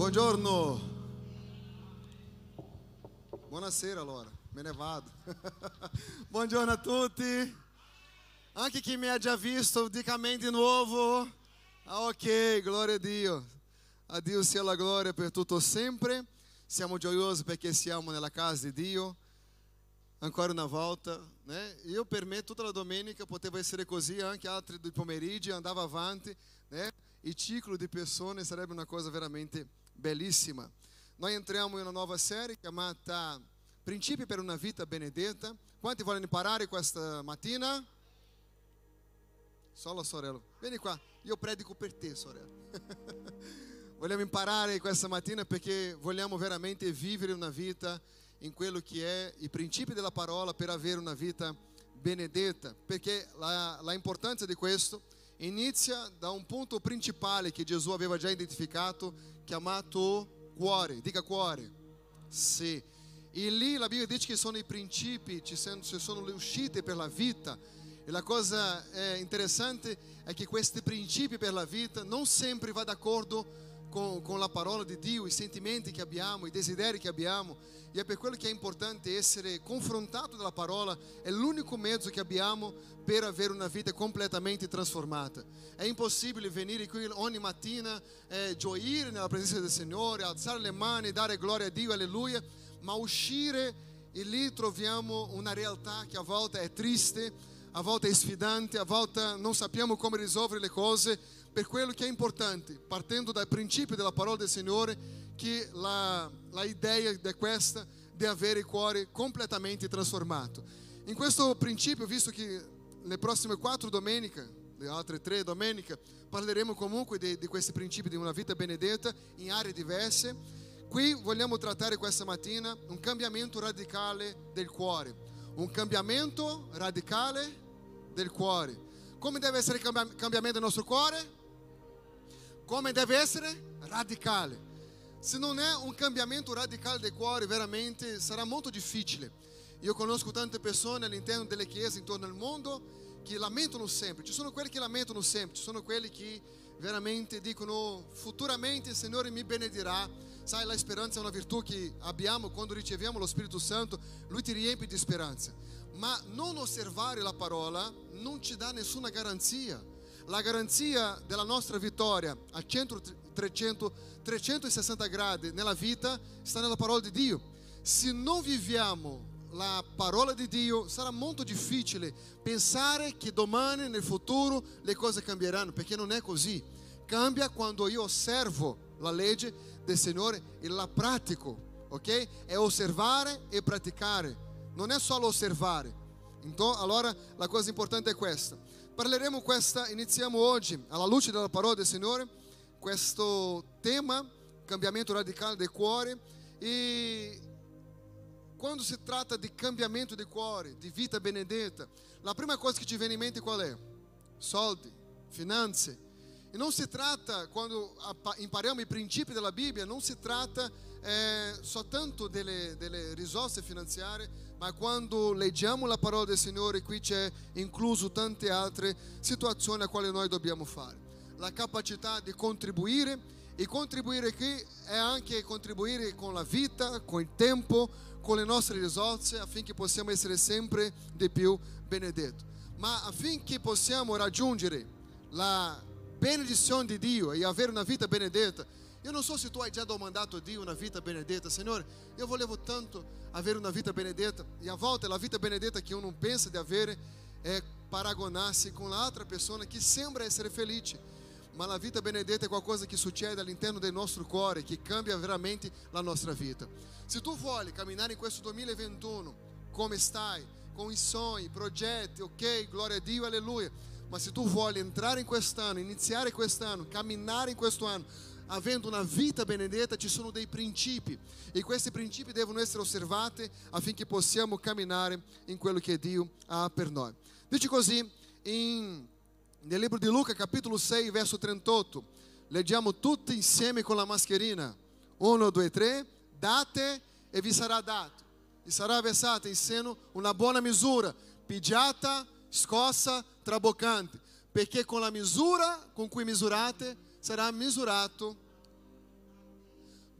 Buongiorno. Buonasera allora, me ne vado. Buongiorno a tutti. Anche chi mi ha già visto, dica amém di nuovo. Ok, glória a Dio. A Dio sia la gloria per tutto sempre. Siamo gioiosi perché siamo nella casa di Dio. Ancora una volta, né? Io per me tutta la domenica poteva essere così, anche altri di pomeriggio andava avanti, né? Il ciclo di persone sarebbe una cosa veramente bellissima. Noi entriamo in una nuova serie chiamata Principi per una vita benedetta. Quanti vogliono imparare questa mattina? Solo sorella. Vieni qua, io predico per te, sorella. Vogliamo imparare questa mattina perché vogliamo veramente vivere una vita in quello che è i principi della parola per avere una vita benedetta, perché la importanza di questo inizia da un punto principale che Gesù aveva già identificato, chiamato cuore. Dica cuore. Sì. E lì la Bibbia dice che sono i principi, ci sono le uscite per la vita. E la cosa interessante è che questi principi per la vita non sempre va d'accordo con la parola di Dio, i sentimenti che abbiamo, i desideri che abbiamo, e è per quello che è importante essere confrontato dalla parola. È l'unico mezzo che abbiamo per avere una vita completamente trasformata. È impossibile venire qui ogni mattina, gioire nella presenza del Signore, alzare le mani, dare gloria a Dio, alleluia, ma uscire e lì troviamo una realtà che a volte è triste, a volte è sfidante, a volte non sappiamo come risolvere le cose. Per quello che è importante, partendo dai principi della parola del Signore, che la idea è questa, di avere il cuore completamente trasformato. In questo principio, visto che le prossime 4 domeniche, le altre 3 domeniche, parleremo comunque di questi principi di una vita benedetta in aree diverse, qui vogliamo trattare questa mattina un cambiamento radicale del cuore. Un cambiamento radicale del cuore. Come deve essere il cambiamento del nostro cuore? Come deve essere? Radicale. Se non è un cambiamento radicale del cuore, veramente sarà molto difficile. Io conosco tante persone all'interno delle chiese intorno al mondo che lamentano sempre. Ci sono quelli che lamentano sempre, ci sono quelli che veramente dicono futuramente il Signore mi benedirà. Sai, la speranza è una virtù che abbiamo quando riceviamo lo Spirito Santo, Lui ti riempie di speranza. Ma non osservare la parola non ci dà nessuna garanzia. La garanzia della nostra vittoria a 360 gradi nella vita sta nella parola di Dio. Se non viviamo la parola di Dio sarà molto difficile pensare che domani nel futuro le cose cambieranno, perché non è così. Cambia quando io osservo la legge del Signore e la pratico, ok? È osservare e praticare, non è solo osservare. Allora la cosa importante è questa. Parleremo iniziamo oggi, alla luce della parola del Signore, questo tema, cambiamento radicale del cuore. E quando si tratta di cambiamento di cuore, di vita benedetta, la prima cosa che ci viene in mente qual è? Soldi, finanze. E non si tratta, quando impariamo i principi della Bibbia, non si tratta soltanto delle risorse finanziarie, ma quando leggiamo la parola del Signore, qui c'è incluso tante altre situazioni a quali noi dobbiamo fare. La capacità di contribuire, e contribuire qui è anche contribuire con la vita, con il tempo, con le nostre risorse, affinché possiamo essere sempre di più benedetti. Ma affinché possiamo raggiungere la benedizione di Dio e avere una vita benedetta, io non so se tu hai già domandato a Dio una vita benedetta. Signore, io volevo tanto avere una vita benedetta, e a volte la vita benedetta che uno pensa di avere è paragonarsi con l'altra persona che sembra essere felice, ma la vita benedetta è qualcosa che succede all'interno del nostro cuore, che cambia veramente la nostra vita. Se tu vuoi camminare in questo 2021 come stai, con i sogni, i progetti, ok, gloria a Dio, alleluia, ma se tu vuoi entrare in quest'anno, iniziare quest'anno, camminare in questo anno avendo una vita benedetta, ci sono dei principi, e questi principi devono essere osservati affinché possiamo camminare in quello che Dio ha per noi. Dice così nel libro di Luca capitolo 6 verso 38, leggiamo tutti insieme con la mascherina. 1, 2, 3, date e vi sarà dato, vi sarà versata in seno una buona misura, pigiata, scossa, traboccante, perché con la misura con cui misurate sarà misurato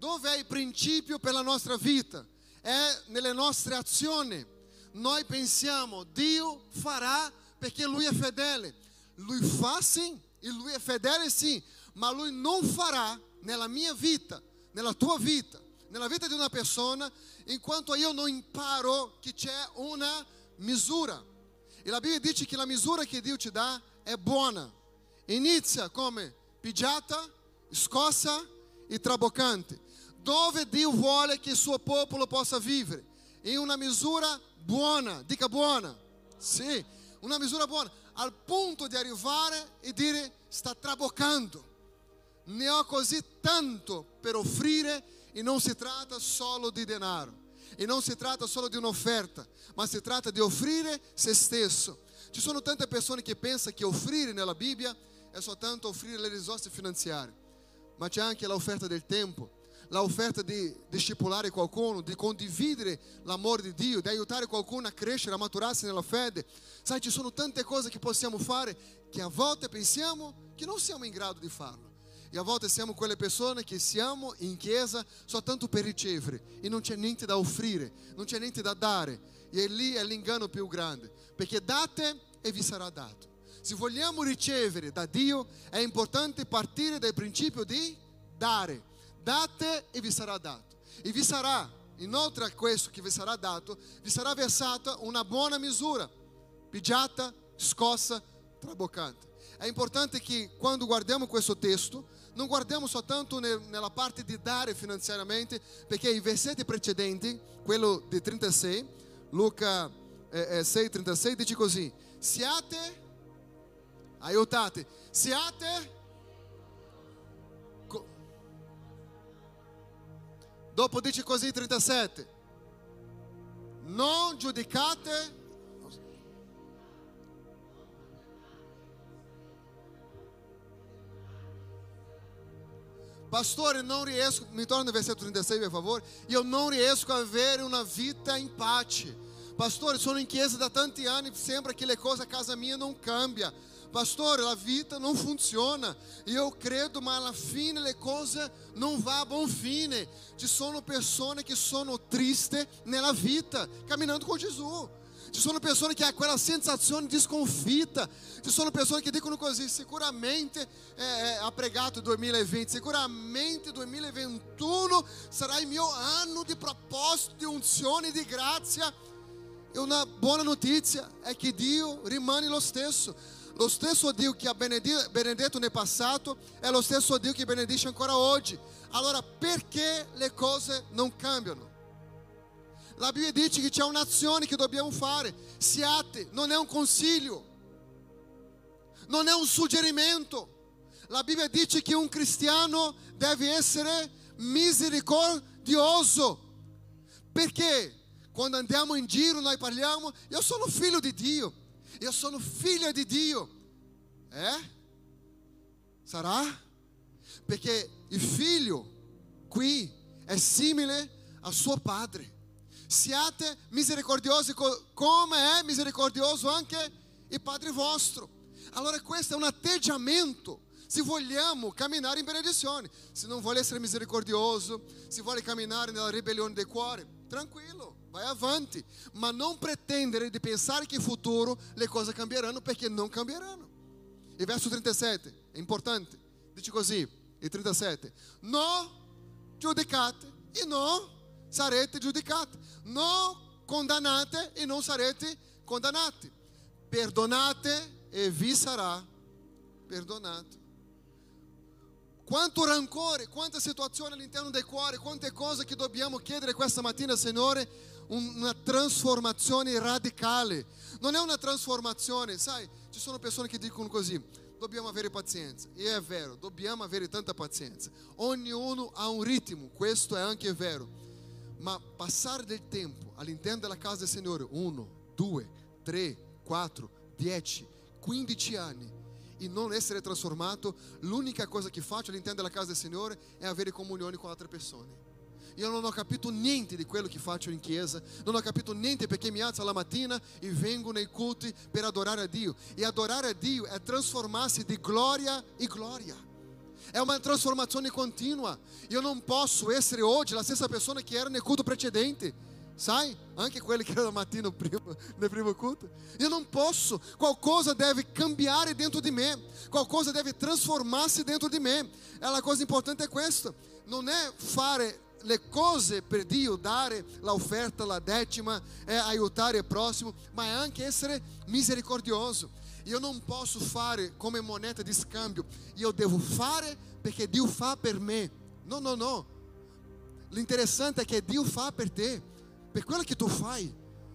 dove è il principio per la nostra vita? È nelle nostre azioni. Noi pensiamo, Dio farà perché Lui è fedele. Lui fa sim, e Lui è fedele sim, ma Lui non farà nella mia vita, nella tua vita, nella vita di una persona, enquanto io non imparo che c'è una misura. E la Bibbia dice che la misura che Dio ti dà è buona. Inizia come pigiata, scossa e traboccante. Dove Dio vuole che il suo popolo possa vivere? In una misura buona, dica buona. Sì, una misura buona, al punto di arrivare e dire sta traboccando. Ne ho così tanto per offrire e non si tratta solo di denaro. E non si tratta solo di un'offerta, ma si tratta di offrire se stesso. Ci sono tante persone che pensano che offrire nella Bibbia è soltanto offrire le risorse finanziarie, ma c'è anche l'offerta del tempo, l'offerta di discepolare qualcuno, di condividere l'amore di Dio, di aiutare qualcuno a crescere, a maturarsi nella fede. Sai, ci sono tante cose che possiamo fare che a volte pensiamo che non siamo in grado di farlo. E a volte siamo quelle persone che siamo in chiesa soltanto per ricevere e non c'è niente da offrire, non c'è niente da dare. E lì è l'inganno più grande, perché date e vi sarà dato. Se vogliamo ricevere da Dio è importante partire dal principio di dare. Date e vi sarà dato. E vi sarà, inoltre a questo che vi sarà dato, vi sarà versata una buona misura, pigiata, scossa, traboccante. È importante che quando guardiamo questo testo non guardiamo soltanto nella parte di dare finanziariamente, perché i versetti precedenti, quello di 36, Luca 6,36 dice così: siate, aiutate, siate, dopo dice così 37, non giudicate. Pastore, non riesco, mi torna no versetto 36 per favore, io non riesco a avere una vita in pace. Pastore, sono in chiesa da tanti anni, sembra che le cose a casa mia non cambiano. Pastore, la vita non funziona, io credo ma alla fine le cose non vanno a buon fine. Ci sono persone che sono tristi nella vita, camminando con Gesù. Ci sono persone che hanno quella sensazione di sconfitta. Ci sono persone che dicono così: sicuramente ha pregato il 2020, sicuramente il 2021 sarà il mio anno di proposito, di unzione, di grazia. E una buona notizia è che Dio rimane lo stesso. Lo stesso Dio che ha benedetto nel passato è lo stesso Dio che benedice ancora oggi. Allora perché le cose non cambiano? La Bibbia dice che c'è un'azione che dobbiamo fare. Siate, non è un consiglio, non è un suggerimento. La Bibbia dice che un cristiano deve essere misericordioso. Perché quando andiamo in giro noi parliamo: io sono figlio di Dio, io sono figlia di Dio. Sarà? Perché il figlio qui è simile a suo padre. Siate misericordiosi come è misericordioso anche il Padre vostro. Allora questo è un atteggiamento se vogliamo camminare in benedizione. Se non vuole essere misericordioso, se vuole camminare nella ribellione del cuore, tranquillo, vai avanti, ma non pretendere di pensare che in futuro le cose cambieranno, perché non cambieranno. Il verso 37 è importante, dice così, il 37: non giudicate e non sarete giudicati, non condannate e non sarete condannati, perdonate e vi sarà perdonato. Quanto rancore, quanta situazione all'interno del cuore, quante cose che dobbiamo chiedere questa mattina, Signore, una trasformazione radicale. Non è una trasformazione, sai, ci sono persone che dicono così: dobbiamo avere pazienza. E è vero, dobbiamo avere tanta pazienza. Ognuno ha un ritmo, questo è anche vero. Ma passare del tempo all'interno della casa del Signore 1, 2, 3, 4, 10, 15 anni e non essere trasformato, l'unica cosa che faccio all'interno della casa del Signore è avere comunione con altre persone. Io non ho capito niente di quello che faccio in chiesa, non ho capito niente perché mi alzo la mattina e vengo nei culti per adorare a Dio. E adorare a Dio è trasformarsi di gloria in gloria. È una trasformazione continua. Io non posso essere oggi la stessa persona che era nel culto precedente. Sai? Anche quelli che erano mattina nel primo culto. Io non posso. Qualcosa deve cambiare dentro di me. Qualcosa deve trasformarsi dentro di me. E la cosa importante è questo. Non è fare le cose per Dio, dare l'offerta, la decima, aiutare il prossimo, ma è anche essere misericordioso. Io non posso fare come moneta di scambio. Io devo fare perché Dio fa per me. No, no, no. L'interessante è che Dio fa per te, per quello che tu fai.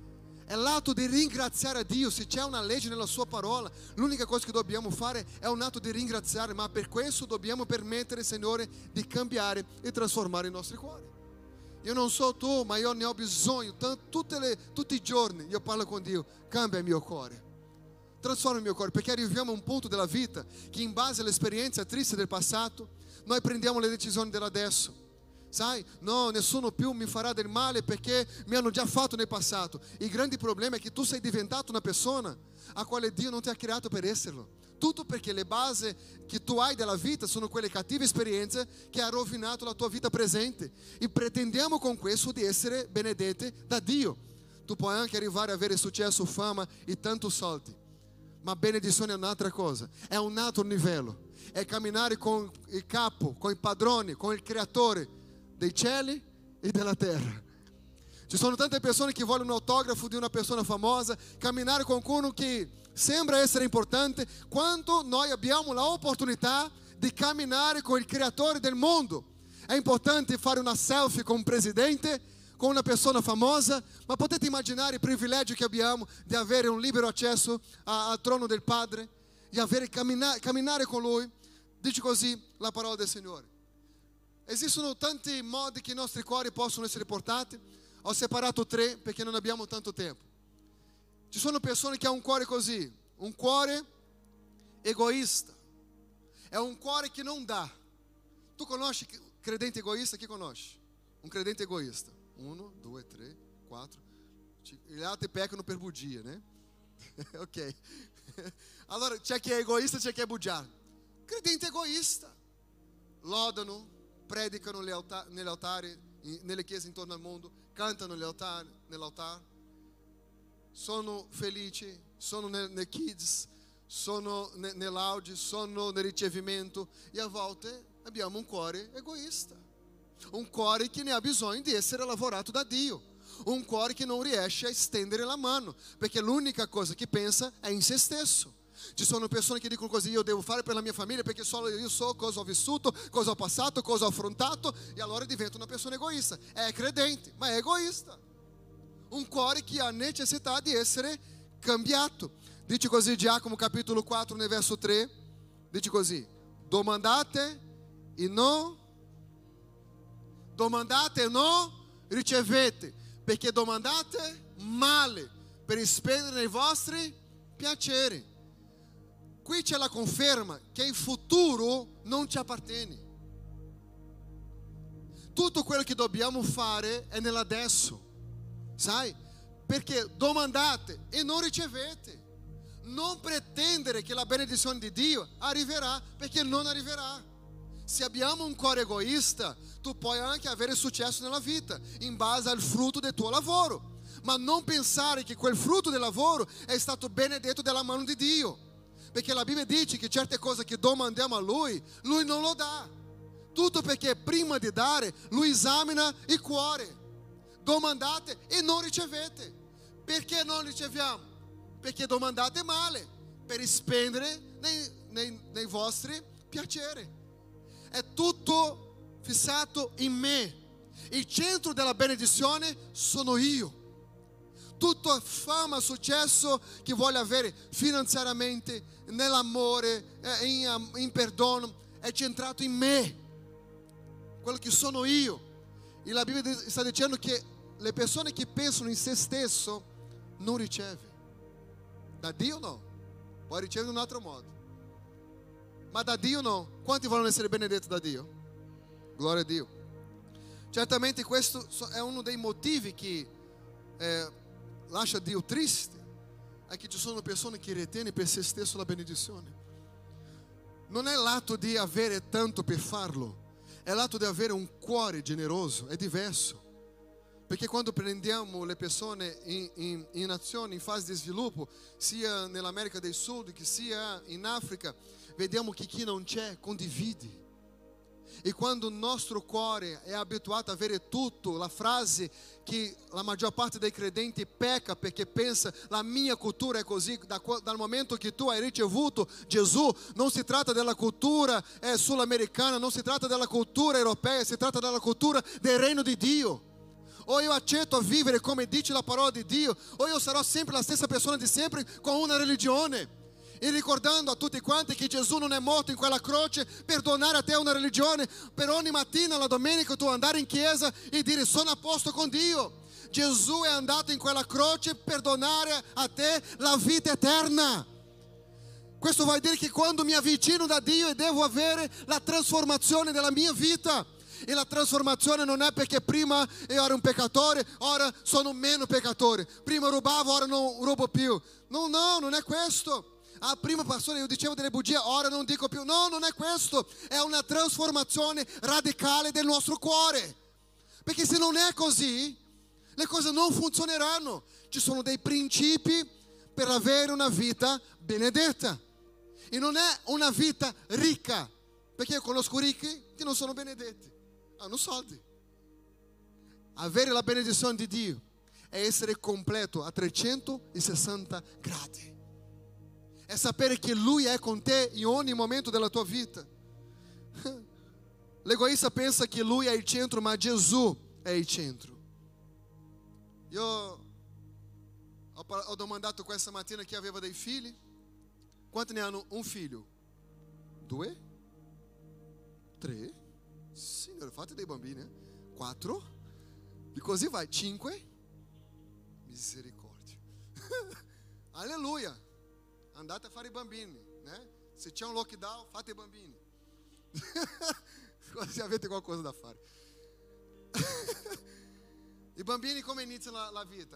È l'atto di ringraziare a Dio. Se c'è una legge nella sua parola, l'unica cosa che dobbiamo fare è un atto di ringraziare, ma per questo dobbiamo permettere, Signore, di cambiare e trasformare i nostri cuori. Io non so tu, ma io ne ho bisogno. Tutti i giorni io parlo con Dio. Cambia il mio cuore. Trasforma il mio cuore, perché arriviamo a un punto della vita che in base all'esperienza triste del passato noi prendiamo le decisioni dell'adesso. Sai? No, nessuno più mi farà del male perché mi hanno già fatto nel passato. Il grande problema è che tu sei diventato una persona a quale Dio non ti ha creato per esserlo. Tutto perché le basi che tu hai della vita sono quelle cattive esperienze che hanno rovinato la tua vita presente. E pretendiamo con questo di essere benedette da Dio. Tu puoi anche arrivare a avere successo, fama e tanto soldi. Ma benedizione è un'altra cosa, è un altro livello. È camminare con il capo, con i padroni, con il creatore dei cieli e della terra. Ci sono tante persone che vogliono un autografo di una persona famosa, camminare con qualcuno che sembra essere importante, quando noi abbiamo l'opportunità di camminare con il creatore del mondo. È importante fare una selfie con un presidente, con una persona famosa, ma potete immaginare il privilegio che abbiamo di avere un libero accesso al trono del Padre, di camminare con Lui. Dice così la parola del Signore. Esistono tanti modi che i nostri cuori possono essere portati. Ho separato 3 perché non abbiamo tanto tempo. Ci sono persone che hanno un cuore così, un cuore egoista. È un cuore che non dà. Tu conosci credente egoista? Chi conosce? Un credente egoista. 1, 2, 3, 4. Gli altri peccano per bugia, né? Ok. Allora c'è chi è egoista, c'è chi è bugiardo. Credente egoista. Lodano, predicano negli altari, nelle chiese intorno al mondo, cantano nell'altare, sono felici, sono nei kids, sono nell'auge, sono nel ricevimento, e a volte abbiamo un cuore egoista, un cuore che ne ha bisogno di essere lavorato da Dio, un cuore che non riesce a stendere la mano, perché l'unica cosa che pensa è in se stesso. Ci sono persone che dicono così: io devo fare per la mia famiglia perché solo io so cosa ho vissuto, cosa ho passato, cosa ho affrontato, e allora divento una persona egoista. È credente, ma è egoista. Un cuore che ha necessità di essere cambiato. Dice così Giacomo capitolo 4 nel verso 3, dice così: domandate e non ricevete, perché domandate male per spendere nei vostri piaceri. Qui c'è la conferma che il futuro non ci appartiene. Tutto quello che dobbiamo fare è nell'adesso, sai? Perché domandate e non ricevete. Non pretendere che la benedizione di Dio arriverà, perché non arriverà. Se abbiamo un cuore egoista, tu puoi anche avere successo nella vita in base al frutto del tuo lavoro, ma non pensare che quel frutto del lavoro è stato benedetto dalla mano di Dio. Perché la Bibbia dice che certe cose che domandiamo a Lui non lo dà. Tutto perché prima di dare, Lui esamina il cuore. Domandate e non ricevete. Perché non riceviamo? Perché domandate male, per spendere nei vostri piaceri. È tutto fissato in me. Il centro della benedizione sono io. Tutta fama, successo che voglio avere finanziariamente, nell'amore, in perdono, è centrato in me, quello che sono io. E la Bibbia sta dicendo che le persone che pensano in se stesso non ricevono. Da Dio no, puoi ricevere in un altro modo, ma da Dio no. Quanti vogliono essere benedetti da Dio? Gloria a Dio. Certamente questo è uno dei motivi che lascia Dio triste, è che ci sono persone che ritengono per se stesso la benedizione. non è l'atto di avere tanto per farlo, è l'atto di avere un cuore generoso, è diverso. Perché quando prendiamo le persone in nazioni in fase di sviluppo, sia nell'America del Sud che sia in Africa, vediamo che chi non c'è condivide. E quando il nostro cuore è abituato a avere tutto, la frase che la maggior parte dei credenti pecca perché pensa la mia cultura è così, dal momento che tu hai ricevuto Gesù, non si tratta della cultura sudamericana, non si tratta della cultura europea, si tratta della cultura del regno di Dio. O io accetto a vivere come dice la parola di Dio, o io sarò sempre la stessa persona di sempre con una religione. E ricordando a tutti quanti che Gesù non è morto in quella croce per donare a te una religione, per ogni mattina, la domenica, tu andare in chiesa e dire sono a posto con Dio. Gesù è andato in quella croce per donare a te la vita eterna. Questo vuol dire che quando mi avvicino da Dio devo avere la trasformazione della mia vita. E la trasformazione non è perché prima io ero un peccatore, ora sono meno peccatore. Prima rubavo, ora non rubo più. No, non è questo. Ah, prima pastore io dicevo delle bugie, ora non dico più. No, non è questo. È una trasformazione radicale del nostro cuore. Perché se non è così, le cose non funzioneranno. Ci sono dei principi per avere una vita benedetta. E non è una vita ricca. Perché io conosco ricchi che non sono benedetti. Hanno soldi. Avere la benedizione di Dio è essere completo a 360 gradi. È sapere che Lui è con te in ogni momento della tua vita. L'egoista pensa che Lui è il centro, ma Gesù è il centro. Io ho domandato questa mattina chi aveva dei figli. Quanti ne hanno un figlio? 2? 3? Signore, fate dei bambini. 4? E così vai. 5? Misericordia. Alleluia. Andate a fare i bambini, né? Se c'è un lockdown, fate i bambini. Se avete qualcosa da fare. I bambini come iniziano la vita?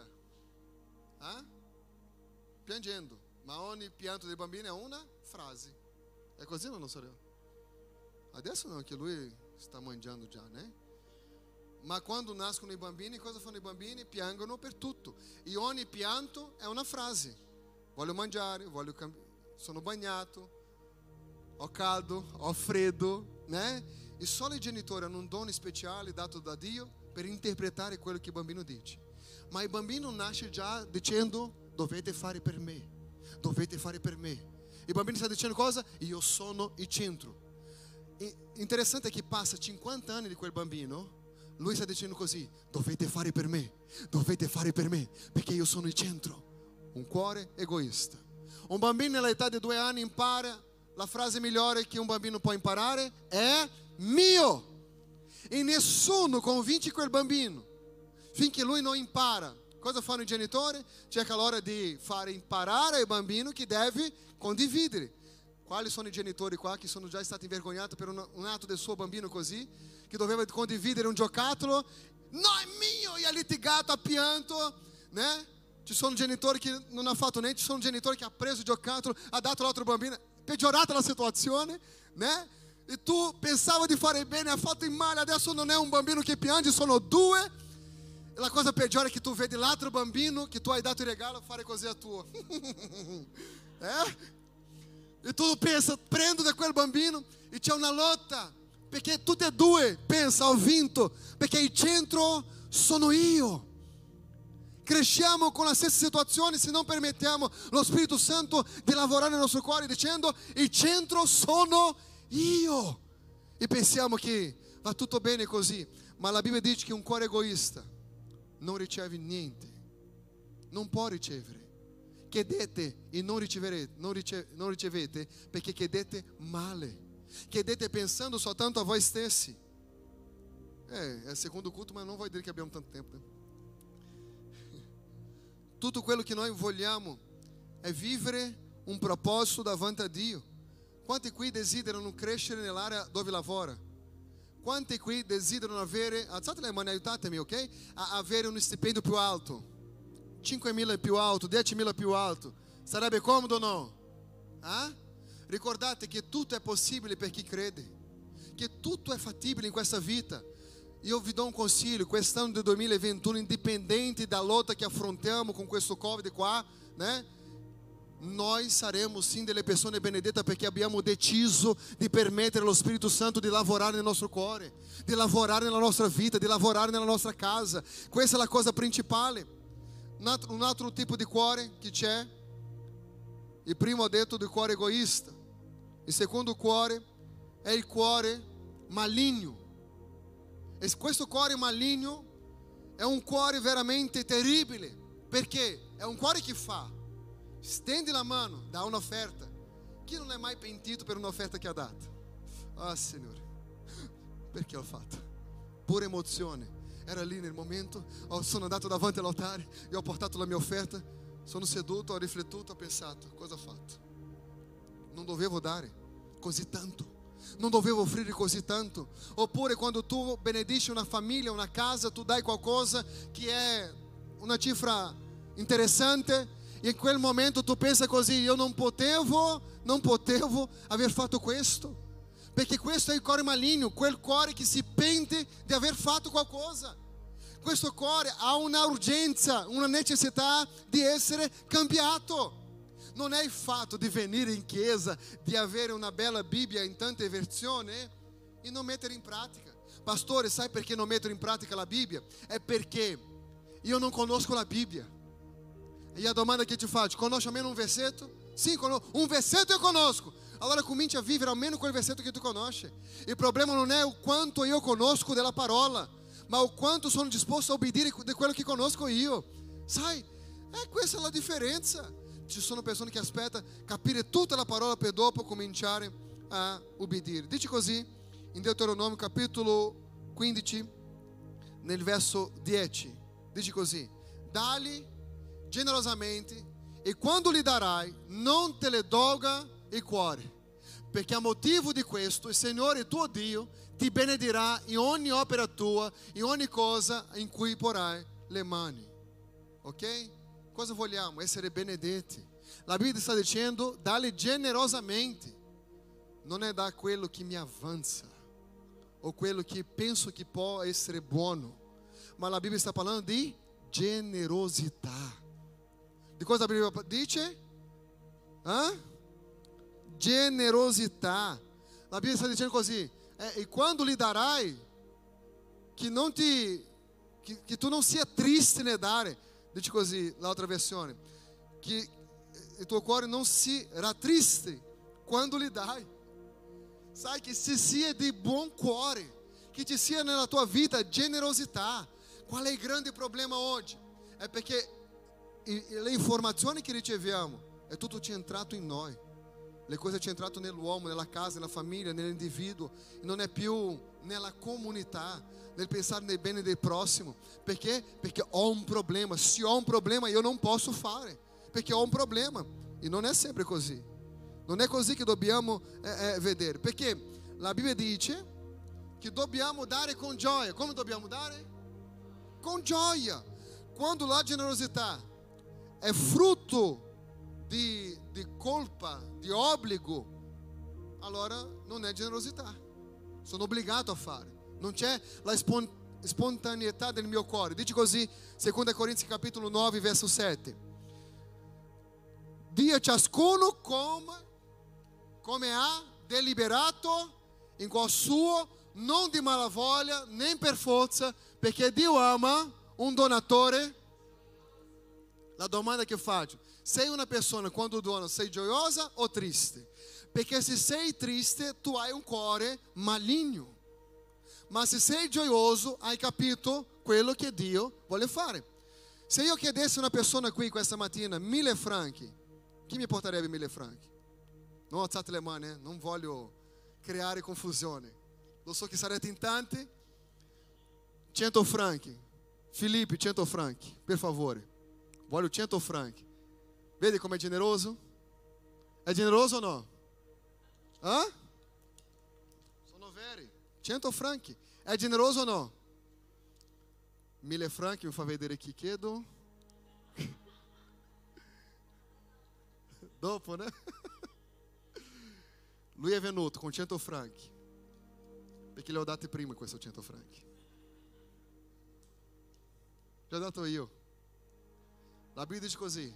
Piangendo. Ma ogni pianto dei bambini è una frase. È così o non sorella? Adesso non, che lui sta mangiando già, né? Ma quando nascono i bambini, cosa fanno i bambini? Piangono per tutto. E ogni pianto è una frase. Voglio mangiare, sono bagnato, ho caldo, ho freddo, né? E solo i genitori hanno un dono speciale dato da Dio per interpretare quello che il bambino dice. Ma il bambino nasce già dicendo dovete fare per me, dovete fare per me. Il bambino sta dicendo cosa? Io sono il centro. E interessante è che passa 50 anni di quel bambino, lui sta dicendo così, dovete fare per me, perché io sono il centro. Un cuore egoista. Un bambino nell'età di 2 anni impara la frase migliore che un bambino può imparare è mio. E nessuno convince quel bambino finché lui non impara. Cosa fanno i genitori? Cerca l'ora di fare imparare il bambino che deve condividere. Quali sono i genitori qua che sono già stati invergognati per un atto del suo bambino così, che doveva condividere un giocattolo? No, è mio! E ha litigato, ha pianto, né? Ci sono genitori che non hanno fatto niente, ci sono genitori che hanno preso il giocattolo, ha dato all'altro bambino, peggiorata la situazione, né? E tu pensava di fare bene, ha fatto il male, adesso non è un bambino che piange, sono 2. E la cosa peggiore è che tu vedi l'altro bambino che tu hai dato il regalo fare così a tuo. E tu pensa, prendo da quel bambino e c'è una lotta, perché tutti e 2 pensano, ho vinto, perché il centro sono io. Cresciamo con la stessa situazione se non permettiamo lo Spirito Santo di lavorare nel nostro cuore dicendo il centro sono io. E pensiamo che va tutto bene così, ma la Bibbia dice che un cuore egoista non riceve niente, non può ricevere. Chiedete e non ricevete perché chiedete male, chiedete pensando soltanto a voi stessi. È il secondo culto, ma non vuol dire che abbiamo tanto tempo, né? Tutto quello che noi vogliamo è vivere un proposito davanti a Dio. Quanti qui desiderano crescere nell'area dove lavora? Quanti qui desiderano avere, alzate le mani, aiutatemi, ok? Avere un stipendio più alto, 5.000 più alto, 10.000 più alto. Sarebbe comodo o no? Ricordate che tutto è possibile per chi crede, che tutto è fattibile in questa vita. Io vi do un consiglio: quest'anno del 2021, indipendente da lotta che affrontiamo con questo Covid qua, né? Noi saremo sim delle persone benedette perché abbiamo deciso di permettere allo Spirito Santo di lavorare nel nostro cuore, di lavorare nella nostra vita, di lavorare nella nostra casa. Questa è la cosa principale. Un altro tipo di cuore che c'è: il primo ho detto del cuore egoista, il secondo cuore è il cuore maligno. E questo cuore maligno è un cuore veramente terribile, perché è un cuore che fa: stende la mano, dà un'offerta. Chi non è mai pentito per un'offerta che ha dato? Ah, Signore, perché ho fatto? Pura emozione. Era lì nel momento, sono andato davanti all'altare e ho portato la mia offerta, sono seduto, ho riflettuto, ho pensato: cosa ho fatto? Non dovevo dare così tanto, non dovevo offrire così tanto. Oppure quando tu benedici una famiglia, una casa, tu dai qualcosa che è una cifra interessante, e in quel momento tu pensa così: io non potevo aver fatto questo, perché questo è il cuore maligno, quel cuore che si pente di aver fatto qualcosa. Questo cuore ha una urgenza, una necessità di essere cambiato. Non è il fatto di venire in chiesa, di avere una bella Bibbia in tante versioni e non mettere in pratica. Pastore, sai perché non metto in pratica la Bibbia? È perché io non conosco la Bibbia. E a domanda che ti faccio: conosci almeno un versetto? Sim, un versetto eu conosco. Allora cominci a vivere almeno quel versetto che tu conosci. Il problema non è o quanto io conosco della parola, ma o quanto sono disposto a obbedire di quello che conosco io. Sai, questa è la differenza. Ci sono persone che aspettano capire tutta la parola per dopo cominciare a obbedire. Dice così in Deuteronomio capitolo 15 nel verso 10. Dice così: dali generosamente, e quando lhe darai, non te le dolga il cuore, perché a motivo di questo il Signore tuo Dio ti benedirà in ogni opera tua, in ogni cosa in cui porrai le mani. Ok? Cosa vogliamo? Essere benedetti. La Bibbia sta dicendo: dale generosamente. Non è da quello che mi avanza o quello che penso che può essere buono, ma la Bibbia sta parlando di generosità. Di cosa a Bíblia dice? Generosità. La Bibbia sta dicendo così: e quando lhe darai, che tu non sia triste nel dare. Dice così l'altra versione: che il tuo cuore non sarà triste quando lhe dai. Sai, che ci sia di buon cuore, che ci sia nella tua vita generosità. Qual è il grande problema oggi? È perché le informazioni che riceviamo è tutto centrato in noi. Le cose centrate nell'uomo, nella casa, nella famiglia, nell'individuo, e non è più nella comunità, nel pensare nel bene del prossimo. Perché? Perché ho un problema. Se ho un problema io non posso fare, perché ho un problema. E non è sempre così. Non è così che dobbiamo vedere. Perché la Bibbia dice che dobbiamo dare con gioia. Come dobbiamo dare? Con gioia. Quando la generosità è frutto di colpa, di obbligo, allora non è generosità. Sono obbligato a fare. Non c'è la spontaneità del mio cuore. Dice così 2 Corinzi capitolo 9 verso 7: dia ciascuno come ha deliberato in cuor suo, non di malavoglia, nem per forza, perché Dio ama un donatore. La domanda che faccio: sei una persona quando dona, sei gioiosa o triste? Perché se sei triste tu hai un cuore maligno, ma se sei gioioso hai capito quello che Dio vuole fare. Se io chiedessi a una persona qui questa mattina 1000 franchi, chi mi porterebbe 1000 franchi? Non alzate le mani, non voglio creare confusione. Lo so che sarete in tanti. 100 franchi. Filipe, 100 franchi, per favore. Voglio 100 franchi. Vedi come è generoso? È generoso o no? Sono veri. 100 franchi. È generoso o no? 1000 franchi, mi fa vedere chi chiedo. Dopo, né? Lui è venuto con 100 franchi, perché le ho date prima questi 100 franchi. L'ho dato io. La Bibbia dice così: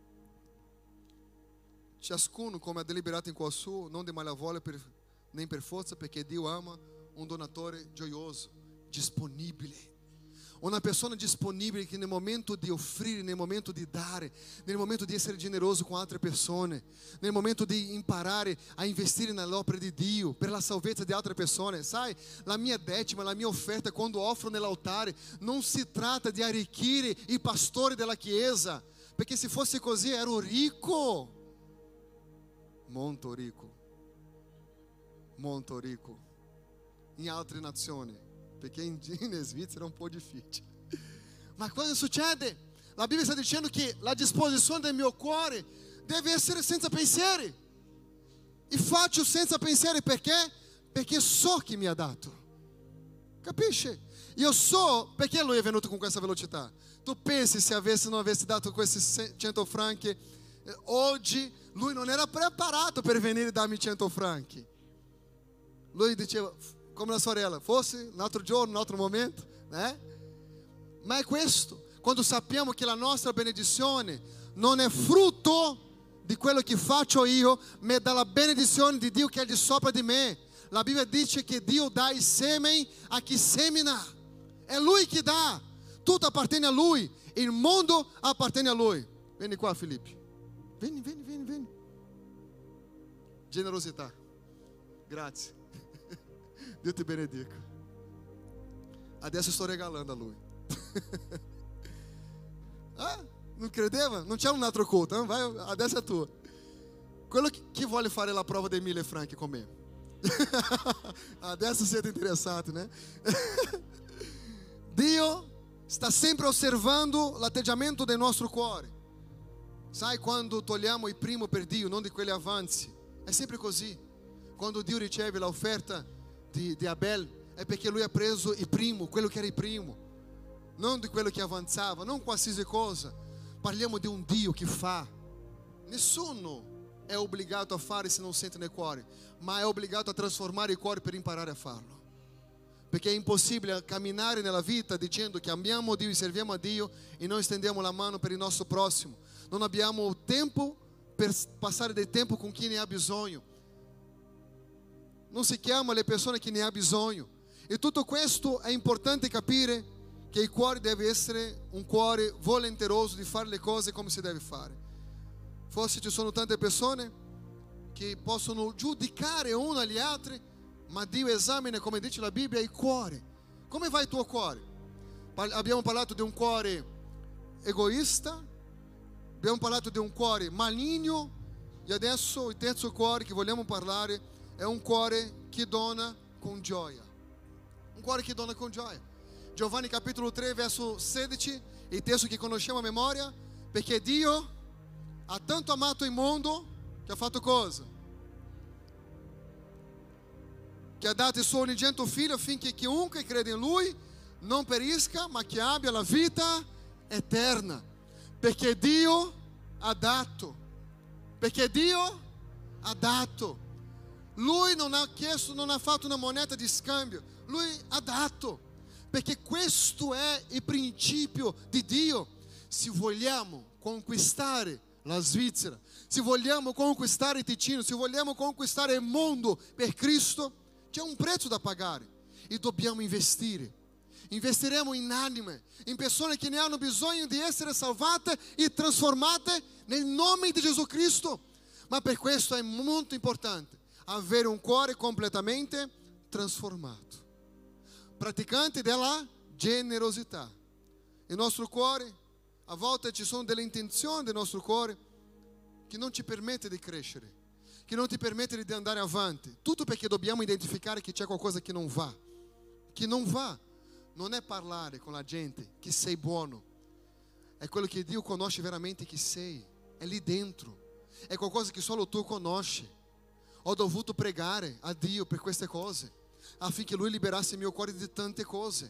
ciascuno come ha deliberato in cuor suo, non di malavoglia nem per forza, perché Dio ama un donatore gioioso, disponibile. Una persona disponibile che nel momento di offrire, nel momento di dare, nel momento di essere generoso con altre persone, nel momento di imparare a investire nell'opera di Dio per la salvezza di altre persone. Sai, la mia decima, la mia offerta quando offro nell'altare non si tratta di arricchire i pastori della chiesa, perché se fosse così ero ricco, molto ricco in altre nazioni, perché in Svizzera è un po' difficile. Ma cosa succede? La Bibbia sta dicendo che la disposizione del mio cuore deve essere senza pensieri. E faccio senza pensieri perché? Perché so chi mi ha dato. Capisci? Io so perché lui è venuto con questa velocità. Tu pensi se non avesse dato questi 100 franchi oggi, lui non era preparato per venire e darmi 100 franchi. Lui diceva, come la sorella, fosse un altro giorno, un altro momento, né? Ma è questo, quando sappiamo che la nostra benedizione non è frutto di quello che faccio io, ma dalla benedizione di Dio che è di sopra di me. La Bibbia dice che Dio dà il seme a chi semina. È Lui che dà. Tutto appartiene a Lui. Il mondo appartiene a Lui. Vieni qua, Filippo. Vieni. Generosità. Grazie. Dio ti benedica. Adesso sto regalando a Lui. Ah, non credeva? Non c'è un altro culto, eh? Vai, adesso è tua. Quello che vuole fare la prova dei 1000 franchi con me? Adesso siete interessati, né? Dio sta sempre osservando l'atteggiamento del nostro cuore. Sai, quando togliamo il primo per Dio, non di quelli avanzi, è sempre così. Quando Dio riceve l'offerta di Abel, è perché lui ha preso il primo, quello che era il primo, non di quello che avanzava, non qualsiasi cosa. Parliamo di un Dio che fa. Nessuno è obbligato a fare se non sente nel cuore, ma è obbligato a trasformare il cuore per imparare a farlo. Perché è impossibile camminare nella vita dicendo che amiamo Dio e serviamo a Dio e non stendiamo la mano per il nostro prossimo. Non abbiamo tempo per passare del tempo con chi ne ha bisogno. Non si chiama le persone che ne ha bisogno. E tutto questo è importante capire, che il cuore deve essere un cuore volenteroso di fare le cose come si deve fare. Forse ci sono tante persone che possono giudicare uno agli altri, ma Dio esamina, come dice la Bibbia, il cuore. Come va il tuo cuore? Abbiamo parlato di un cuore egoista, abbiamo parlato di un cuore maligno, e adesso il terzo cuore che vogliamo parlare è un cuore che dona con gioia. Un cuore che dona con gioia. Giovanni capitolo 3 verso 16, il testo che conosciamo a memoria, perché Dio ha tanto amato il mondo che ha fatto cosa? Che ha dato il suo unigenito figlio affinché chiunque crede in lui non perisca, ma che abbia la vita eterna. Perché Dio ha dato. Perché Dio ha dato. Lui non ha chiesto, non ha fatto una moneta di scambio. Lui ha dato. Perché questo è il principio di Dio. Se vogliamo conquistare la Svizzera, se vogliamo conquistare il Ticino, se vogliamo conquistare il mondo per Cristo, c'è un prezzo da pagare e dobbiamo investire. Investiremo in anime, in persone che ne hanno bisogno di essere salvate e trasformate nel nome di Gesù Cristo. Ma per questo è molto importante avere un cuore completamente trasformato, praticante della generosità. Il nostro cuore, a volte ci sono delle intenzioni del nostro cuore che non ci permette di crescere, che non ti permette di andare avanti. Tutto perché dobbiamo identificare che c'è qualcosa che non va. Che non va. Non è parlare con la gente che sei buono. È quello che Dio conosce veramente che sei. È lì dentro. È qualcosa che solo tu conosci. Ho dovuto pregare a Dio per queste cose, affinché Lui liberasse il mio cuore di tante cose.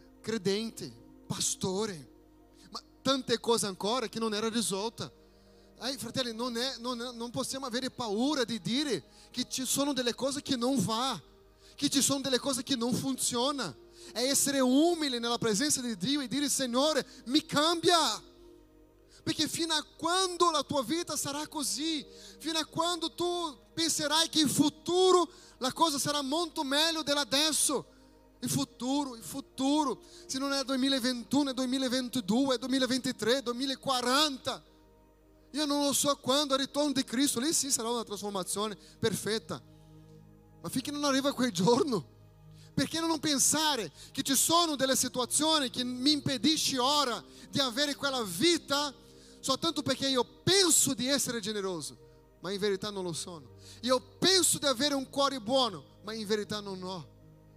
Credente, pastore, ma tante cose ancora che non era risolta. Fratelli, non possiamo avere paura di dire che ci sono delle cose che non va, che ci sono delle cose che non funzionano. È essere umili nella presenza di Dio e dire: Signore, mi cambia. Perché fino a quando la tua vita sarà così, fino a quando tu penserai che in futuro la cosa sarà molto meglio dell'adesso. Il futuro, se non è 2021, è 2022, è 2023, 2040. Io non lo so quando è il ritorno di Cristo, lì sì sarà una trasformazione perfetta. Ma finché non arriva quel giorno, perché non pensare che ci sono delle situazioni che mi impediscono ora di avere quella vita soltanto perché io penso di essere generoso, ma in verità non lo sono. Io penso di avere un cuore buono, ma in verità non ho.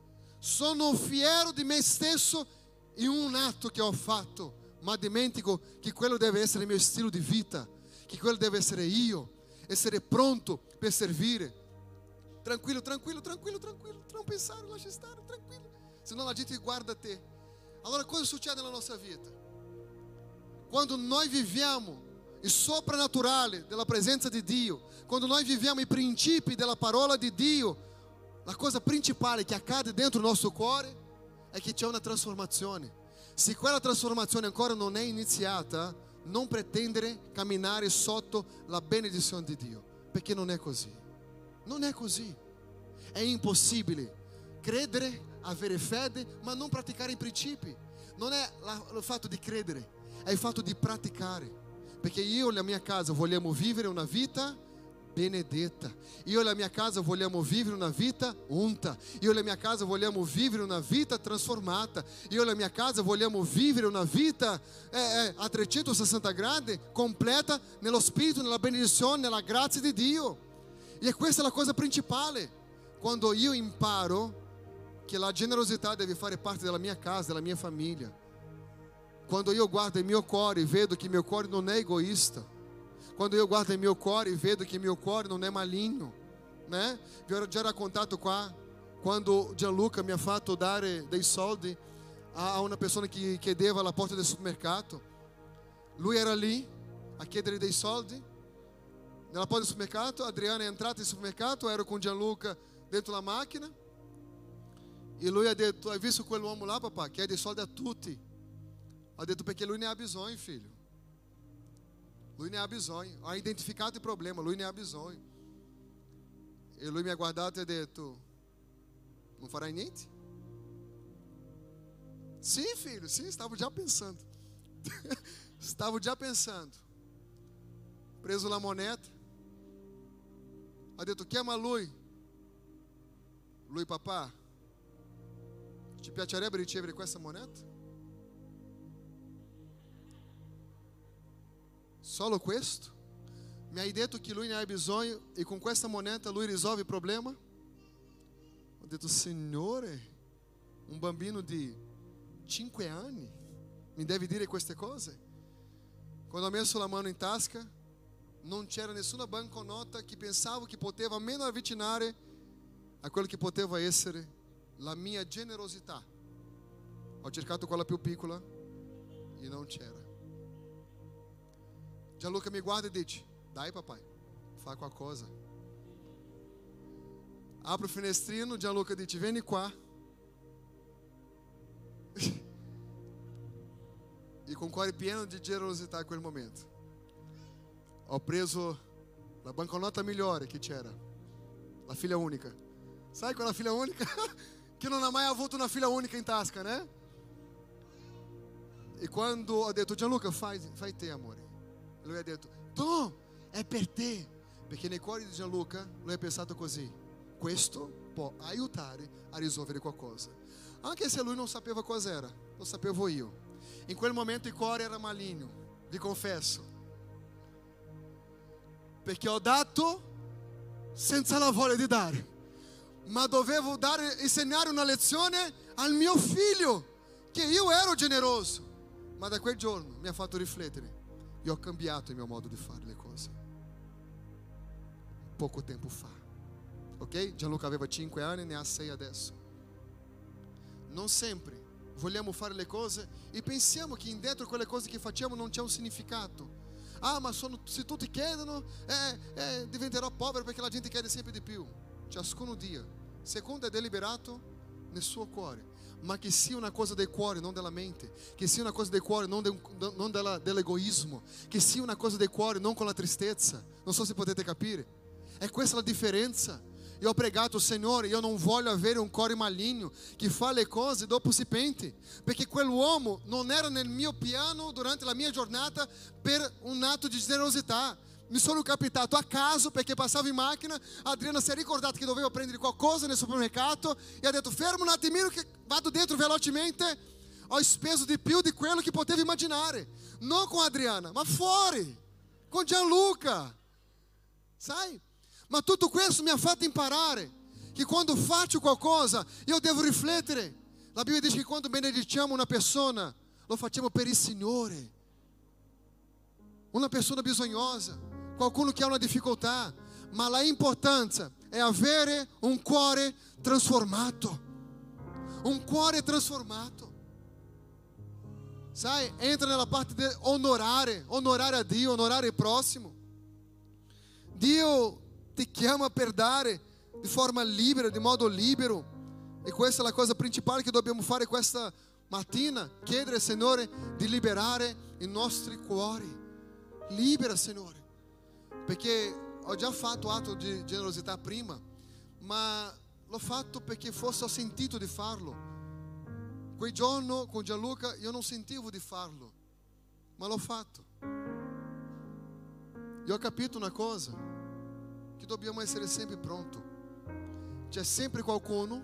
Sono fiero di me stesso in un atto che ho fatto, ma dimentico che quello deve essere il mio stile di vita, che quello deve essere io, essere pronto per servire. Tranquillo, non pensare, lascia stare, tranquillo. Senão la gente guarda te. Allora cosa succede nella nostra vita? Quando noi viviamo il soprannaturale della presenza di Dio, quando noi viviamo i principi della parola di Dio, la cosa principale che accade dentro il nostro cuore è che c'è una trasformazione. Se quella trasformazione ancora non è iniziata, non pretendere camminare sotto la benedizione di Dio, perché non è così. Non è così. È impossibile credere, avere fede, ma non praticare i principi. Non è il fatto di credere, è il fatto di praticare. Perché io e la mia casa vogliamo vivere una vita benedetta. Io e la mia casa vogliamo vivere una vita unta. Io e la mia casa vogliamo vivere una vita trasformata. Io e la mia casa vogliamo vivere una vita a 360 gradi, completa nello spirito, nella benedizione, nella grazia di Dio. E questa è la cosa principale. Quando io imparo che la generosità deve fare parte della mia casa, della mia famiglia. Quando io guardo il mio cuore e vedo che il mio cuore non è egoista. Quando io guardo il mio cuore e vedo che il mio cuore non è maligno, né? Vi ho già raccontato qua, quando Gianluca mi ha fatto dare dei soldi a una persona che chiedeva alla porta del supermercato. Lui era lì a chiedere dei soldi. Nella porta del supermercato, Adriana è entrata nel supermercato, ero con Gianluca dentro la macchina. E lui ha detto: hai visto quell'uomo là, papà? Chiede soldi a tutti. Ha detto: perché lui ne ha bisogno, figlio. Lui ne ha bisogno. Ha identificato il problema, lui ne ha bisogno. E lui mi ha guardato e ha detto: non farai niente? Sì, filho, sì, stavo già pensando. Stavo già pensando. Preso la moneta. Ha detto: chiama lui. Lui: papà, ti piacerebbe ricevere questa moneta? Solo questo? Mi hai detto che lui ne ha bisogno e con questa moneta lui risolve il problema? Ho detto: Signore, un bambino di 5 anni mi deve dire queste cose? Quando ho messo la mano in tasca, non c'era nessuna banconota che pensavo che poteva almeno avvicinare a quello che poteva essere la mia generosità. Ho cercato quella più piccola e non c'era. Gianluca mi guarda e dice: dai papai, fa qualcosa. Apro il finestrino, Gianluca dice: vieni qua. E con cuore pieno di generosità in quel momento ho preso la banconota migliore che c'era, la figlia unica. Sai quella figlia unica? Che non ha mai avuto una figlia unica in tasca, né? E quando ho detto: Gianluca, fai te, amore. Lui ha detto: no, è per te. Perché nel cuore di Gianluca lui ha pensato così: questo può aiutare a risolvere qualcosa. Anche se lui non sapeva cos'era, lo sapevo io. In quel momento il cuore era maligno, vi confesso. Perché ho dato senza la voglia di dare. Ma dovevo insegnare una lezione al mio figlio, che io ero generoso. Ma da quel giorno mi ha fatto riflettere. Io ho cambiato il mio modo di fare le cose. Poco tempo fa. Ok? Gianluca aveva 5 anni, ne ha 6 adesso. Non sempre vogliamo fare le cose e pensiamo che dentro quelle cose che facciamo non c'è un significato. Ah, ma se tutti chiedono, diventerò povero perché la gente chiede sempre di più. Ciascuno dia, secondo è deliberato nel suo cuore, ma che sia una cosa del cuore, non della mente, che sia una cosa del cuore, non dell'egoismo, che sia una cosa del cuore, non con la tristezza. Non so se potete capire. È questa la differenza. Io ho pregato, Signore, io non voglio avere un cuore maligno che fa le cose e dopo si pente, perché quell'uomo non era nel mio piano durante la mia giornata per un atto di generosità. Mi sono capitato a caso perché passavo in macchina. Adriana si è ricordata che dovevo prendere qualcosa nel supermercato e ha detto: fermo un attimino che vado dentro velocemente. Ho speso di più di quello che potevo immaginare, non con Adriana, ma fuori con Gianluca, sai? Ma tutto questo mi ha fatto imparare che quando faccio qualcosa io devo riflettere. La Bibbia dice che quando benediciamo una persona lo facciamo per il Signore. Una persona bisognosa, qualcuno che ha una difficoltà, ma la importanza è avere un cuore trasformato. Un cuore trasformato. Sai, entra nella parte di onorare a Dio, onorare il prossimo. Dio ti chiama per dare di forma libera, di modo libero. E questa è la cosa principale che dobbiamo fare questa mattina: chiedere al Signore di liberare i nostri cuori. Libera, Signore, perché ho già fatto atto di generosità prima, ma l'ho fatto perché forse ho sentito di farlo. Quel giorno con Gianluca io non sentivo di farlo, ma l'ho fatto. E ho capito una cosa, che dobbiamo essere sempre pronti. C'è sempre qualcuno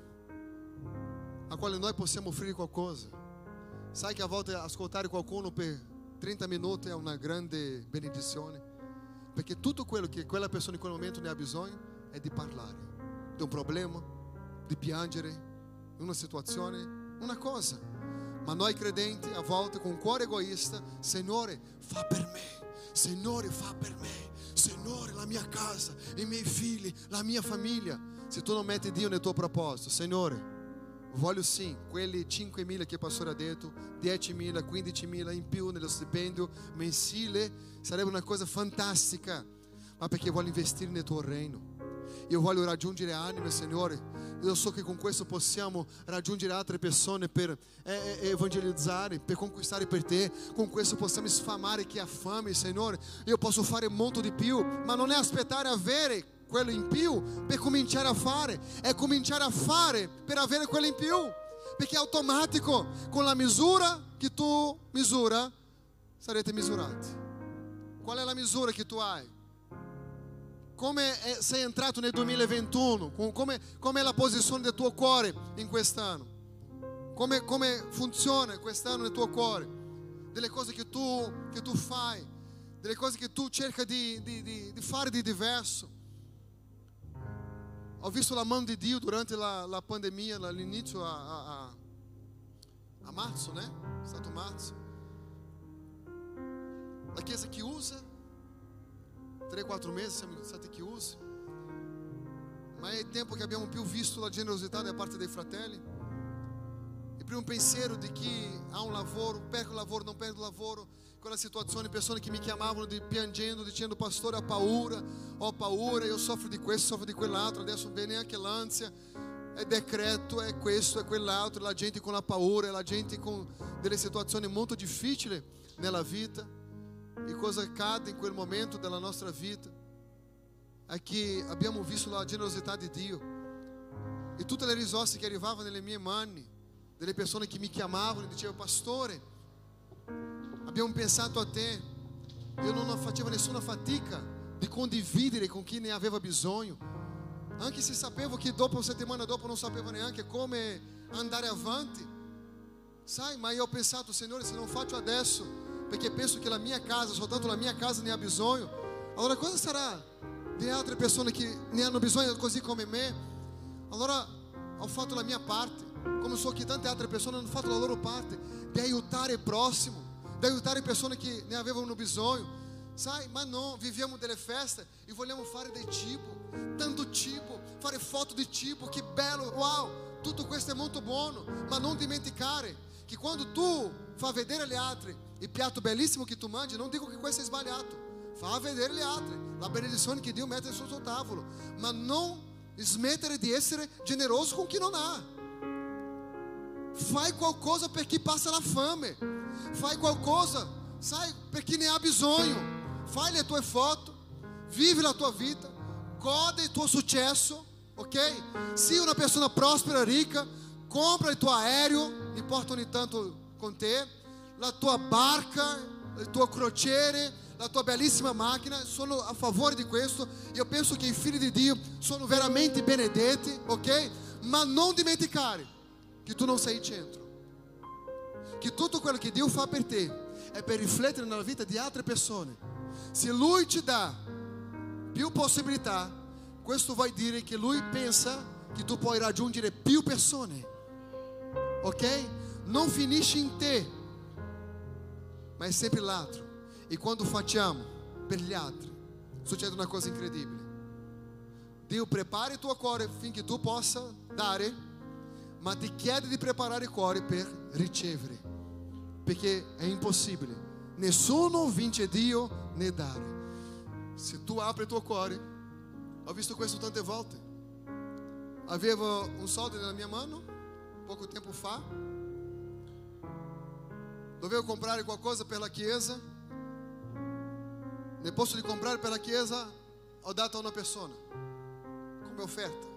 a quale noi possiamo offrire qualcosa. Sai che a volte ascoltare qualcuno per 30 minuti è una grande benedizione, perché tutto quello che quella persona in quel momento ne ha bisogno è di parlare di un problema, di piangere, di una situazione, una cosa. Ma noi credenti a volte con un cuore egoista: Signore, fa per me, Signore, fa per me, Signore, la mia casa, i miei figli, la mia famiglia. Se tu non metti Dio nel tuo proposito: Signore, voglio sì quelli 5.000 che il pastore ha detto, 10.000, 15.000 in più nello stipendio mensile, sarebbe una cosa fantastica, ma perché voglio investire nel tuo regno. Io voglio raggiungere anime, Signore. Io so che con questo possiamo raggiungere altre persone per evangelizzare, per conquistare per te. Con questo possiamo sfamare chi ha fame, Signore. Io posso fare molto di più, ma non è aspettare avere quello in più per cominciare a fare, è cominciare a fare per avere quello in più, perché è automatico. Con la misura che tu misura sarete misurati. Qual è la misura che tu hai? Come sei entrato nel 2021? Come è la posizione del tuo cuore in quest'anno? Come funziona quest'anno nel tuo cuore? Delle cose che tu fai, delle cose che tu cerca di fare di diverso. Ho visto la mano di Dio durante la pandemia, all'inizio a marzo, né? È stato marzo. La chiesa chiusa, 3-4 mesi siamo stati chiusi, ma è il tempo che abbiamo più visto la generosità da parte dei fratelli. Il primo pensiero di chi ha un lavoro, perco il lavoro, non perdo il lavoro, quella situazione, persone che mi chiamavano piangendo, dicendo: pastore, ho paura, io soffro di questo, soffro di quell'altro, adesso viene anche l'ansia, è decreto, è questo, è quell'altro, la gente con la paura, la gente con delle situazioni molto difficili nella vita. E cosa accade in quel momento della nostra vita è che abbiamo visto la generosità di Dio, e tutte le risorse che arrivavano nelle mie mani, delle persone che mi chiamavano e dicevano: pastore, abbiamo pensato a te. Io non facevo nessuna fatica di condividere con chi ne aveva bisogno, anche se sapevo che dopo, settimana dopo, non sapevo neanche come andare avanti, sai? Ma io ho pensato: Signore, se non faccio adesso perché penso che la mia casa, soltanto la mia casa ne ha bisogno, allora cosa sarà di altre persone che ne hanno bisogno così come me? Allora ho fatto la mia parte, come so che tante altre persone hanno fatto la loro parte di aiutare il prossimo, di aiutare persone che ne avevano bisogno, sai? Ma no, viviamo delle feste e vogliamo fare del cibo, tanto cibo, fare foto di cibo, che bello, wow, tutto questo è molto buono, ma non dimenticare che quando tu fa vedere agli altri il piatto bellissimo che tu mangi, non dico che questo è sbagliato, fa vedere gli altri la benedizione che Dio mette sul tuo tavolo, ma non smettere di essere generoso con chi non ha. Fai qualcosa per chi passa la fame, fai qualcosa, sai, per chi ne ha bisogno. Fai le tue foto, vivi la tua vita, gode il tuo successo, ok? Sii una persona prospera, ricca, compra il tuo aereo, li porta ogni tanto con te, la tua barca, il tuo crociere, la tua bellissima macchina. Sono a favore di questo. Io penso che i figli di Dio sono veramente benedetti, ok? Ma non dimenticare che tu non sei il centro, che tutto quello che Dio fa per te è per riflettere nella vita di altre persone. Se Lui ti dà più possibilità, questo vuol dire che Lui pensa che tu puoi raggiungere più persone, ok? Non finisce in te, ma è sempre l'altro. E quando facciamo per gli altri, succede una cosa incredibile. Dio prepara il tuo cuore affinché tu possa dare, ma ti chiede di preparare il cuore per ricevere, perché è impossibile. Nessuno vince Dio né dare. Se tu apri il tuo cuore, ho visto questo tante volte. Avevo un soldo nella mia mano poco tempo fa, dovevo comprare qualcosa per la chiesa. Nel posto di comprare per la chiesa ho dato a una persona come offerta.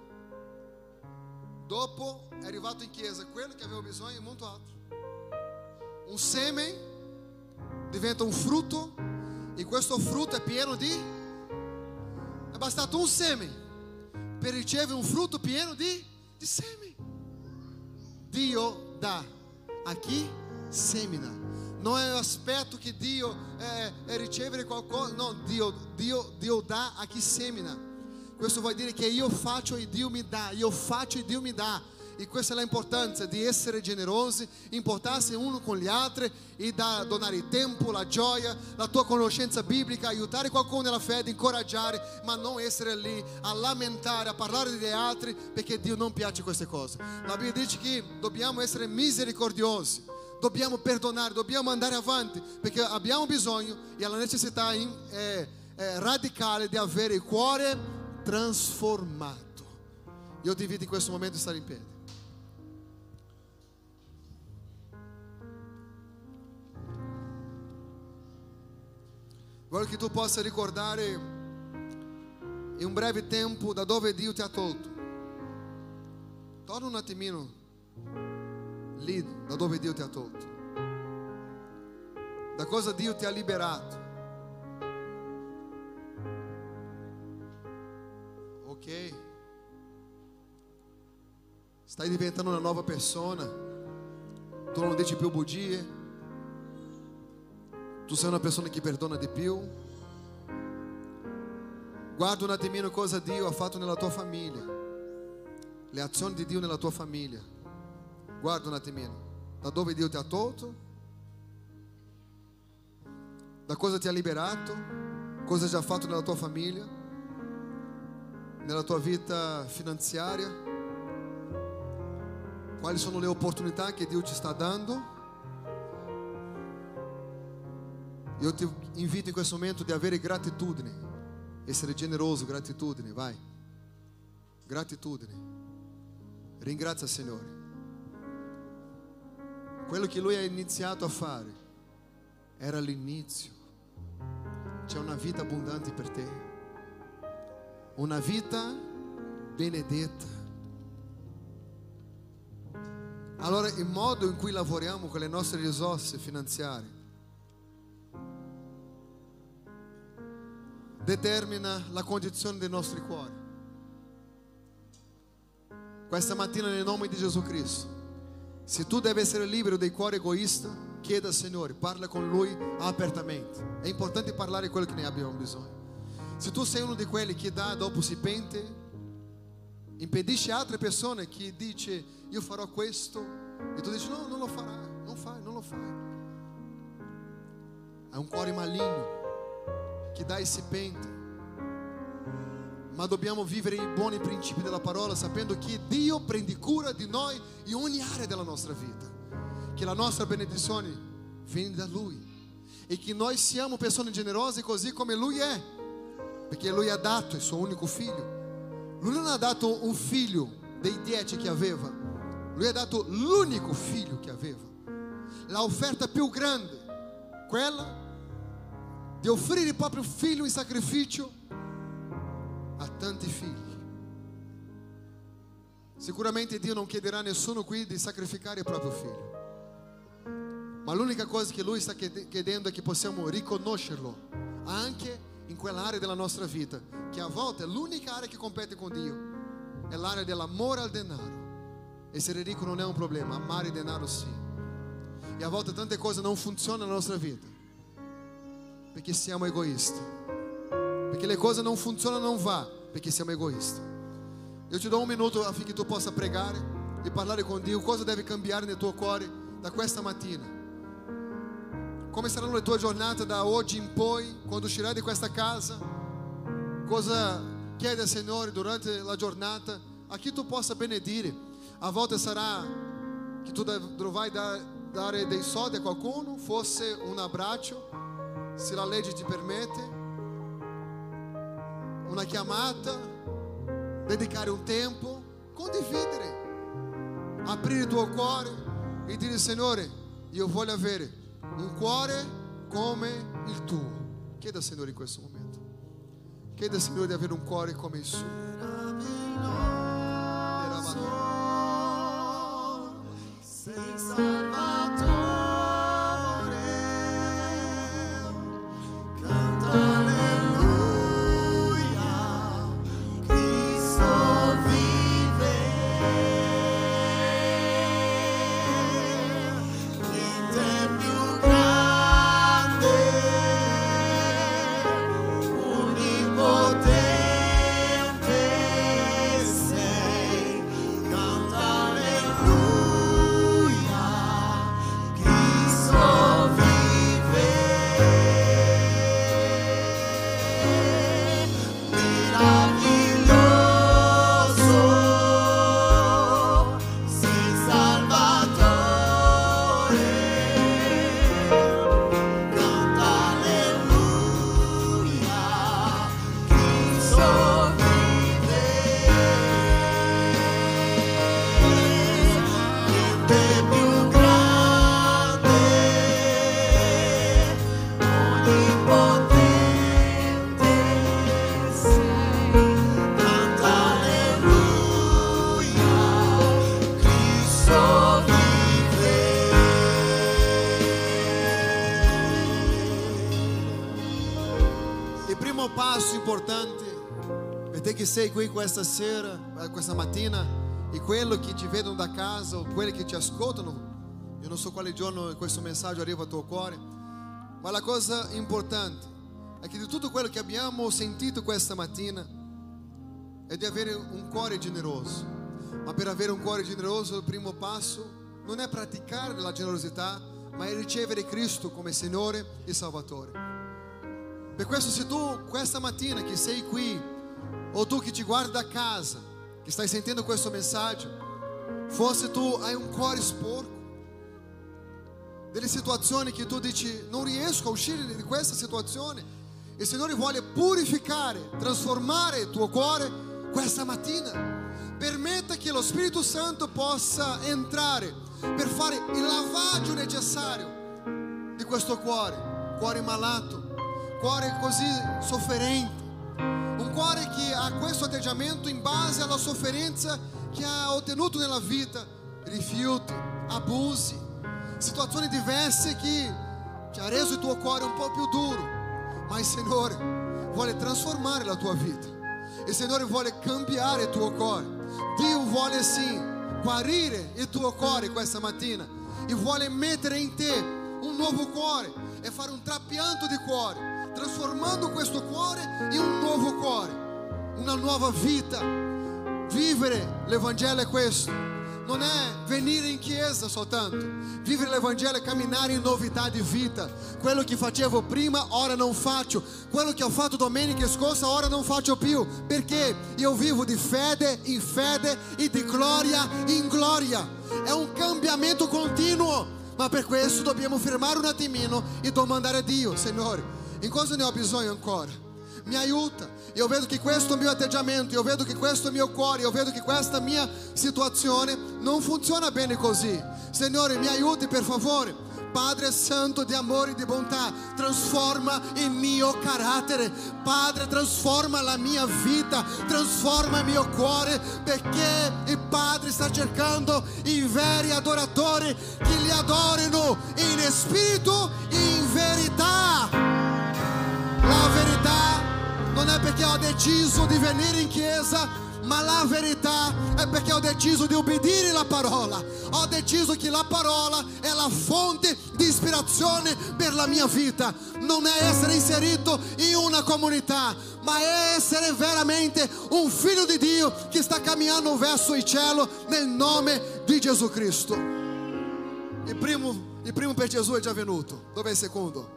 Dopo è arrivato in chiesa quello che avevo bisogno e molto altro. Un seme diventa un frutto, e questo frutto è pieno di... È bastato un seme per ricevere un frutto pieno di semi. Dio dà a chi semina. Non è l'aspetto che Dio è ricevere qualcosa, no, Dio dà a chi semina. Questo vuol dire che io faccio e Dio mi dà, io faccio e Dio mi dà. E questa è l'importanza di essere generosi, importarsi uno con gli altri e donare il tempo, la gioia, la tua conoscenza biblica, aiutare qualcuno nella fede, incoraggiare, ma non essere lì a lamentare, a parlare degli altri, perché Dio non piace queste cose. La Bibbia dice che dobbiamo essere misericordiosi, dobbiamo perdonare, dobbiamo andare avanti, perché abbiamo bisogno e la necessità radicale di avere il cuore trasformato. Io ti invito in questo momento a stare in piedi. Voglio che tu possa ricordare in un breve tempo da dove Dio ti ha tolto. Torna un attimino lì da dove Dio ti ha tolto, da cosa Dio ti ha liberato. Ok, stai diventando una nuova persona, tu non dici più bugie, tu sei una persona che perdona di più. Guarda un attimino cosa Dio ha fatto nella tua famiglia, le azioni di Dio nella tua famiglia. Guarda un attimino da dove Dio ti ha tolto, da cosa ti ha liberato, cosa ti ha fatto nella tua famiglia, nella tua vita finanziaria, quali sono le opportunità che Dio ti sta dando. Io ti invito in questo momento di avere gratitudine, essere generoso, gratitudine, vai, gratitudine, ringrazia il Signore. Quello che Lui ha iniziato a fare era l'inizio. C'è una vita abbondante per te, una vita benedetta. Allora il modo in cui lavoriamo con le nostre risorse finanziarie determina la condizione dei nostri cuori. Questa mattina nel nome di Gesù Cristo, se tu devi essere libero dei cuori egoisti, chieda al Signore, parla con Lui apertamente. È importante parlare di quello che ne abbiamo bisogno. Se tu sei uno di quelli che dà dopo si pente, impedisce a altre persone che dice io farò questo e tu dici no, non lo farai, non lo fai. È un cuore maligno che dà e si pente. Ma dobbiamo vivere i buoni principi della parola, sapendo che Dio prende cura di noi in ogni area della nostra vita, che la nostra benedizione viene da Lui. e che noi siamo persone generose così come Lui è, perché Lui ha dato il suo unico figlio. Lui non ha dato un figlio dei 10 che aveva, Lui ha dato l'unico figlio che aveva. La offerta più grande, quella di offrire il proprio figlio in sacrificio a tanti figli. Sicuramente Dio non chiederà a nessuno qui di sacrificare il proprio figlio, ma l'unica cosa che Lui sta chiedendo è che possiamo riconoscerlo anche in quell'area della nostra vita, che a volte è l'unica area che compete con Dio, è l'area dell'amore al denaro. Essere ricco non è un problema, amare il denaro sì. E a volte tante cose non funzionano nella nostra vita perché siamo egoisti, perché le cose non funzionano, non va, perché siamo egoisti. Io ti do un minuto affinché tu possa pregare e parlare con Dio cosa deve cambiare nel tuo cuore da questa mattina. Come saranno le tue giornate da oggi in poi, quando uscirai di questa casa? Cosa chiedi al Signore durante la giornata? A chi tu possa benedire. A volte sarà che tu dovrai dare dei soldi a qualcuno, forse un abbraccio, se la legge ti permette, una chiamata, dedicare un tempo, condividere, aprire il tuo cuore e dire: Signore, io voglio avere un cuore come il tuo. Chieda al Signore in questo momento, chieda al Signore di avere un cuore come il suo. Passo importante per te che sei qui questa sera, questa mattina, e quello che ti vedono da casa o quelli che ti ascoltano. Io non so quale giorno questo messaggio arriva al tuo cuore, ma la cosa importante è che di tutto quello che abbiamo sentito questa mattina è di avere un cuore generoso. Ma per avere un cuore generoso il primo passo non è praticare la generosità, ma è ricevere Cristo come Signore e Salvatore. Per questo, se tu questa mattina che sei qui, o tu che ti guarda a casa, che stai sentendo questo messaggio, forse tu hai un cuore sporco, delle situazioni che tu dici: non riesco a uscire di questa situazione, il Signore vuole purificare, trasformare il tuo cuore questa mattina. Permetta che lo Spirito Santo possa entrare per fare il lavaggio necessario di questo cuore malato, cuore così sofferente, un cuore che ha questo atteggiamento in base alla sofferenza che ha ottenuto nella vita, rifiuti, abusi, situazioni diverse che ti ha reso il tuo cuore un po' più duro. Ma il Signore vuole trasformare la tua vita, il Signore vuole cambiare il tuo cuore. Dio vuole sì guarire il tuo cuore questa mattina e vuole mettere in te un nuovo cuore e fare un trapianto di cuore, trasformando questo cuore in un nuovo cuore, una nuova vita. Vivere l'Evangelo è questo, non è venire in chiesa soltanto. Vivere l'Evangelo è camminare in novità di vita. Quello che facevo prima ora non faccio, quello che ho fatto domenica scorsa ora non faccio più, perché io vivo di fede in fede e di gloria in gloria. È un cambiamento continuo. Ma per questo dobbiamo fermare un attimino e domandare a Dio: Signore, in cosa ne ho bisogno ancora? Mi aiuta. Io vedo che questo è il mio atteggiamento, io vedo che questo è il mio cuore, io vedo che questa mia situazione non funziona bene così. Signore, mi aiuti per favore. Padre Santo di amore e di bontà, trasforma il mio carattere. Padre, trasforma la mia vita, trasforma il mio cuore, perché il Padre sta cercando i veri adoratori che li adorino in spirito e in verità. La verità non è perché ho deciso di venire in chiesa, ma la verità è perché ho deciso di obbedire alla parola. Ho deciso che la parola è la fonte di ispirazione per la mia vita. Non è essere inserito in una comunità, ma è essere veramente un figlio di Dio che sta camminando verso il cielo nel nome di Gesù Cristo. Il primo per Gesù è già venuto. Dov'è il secondo?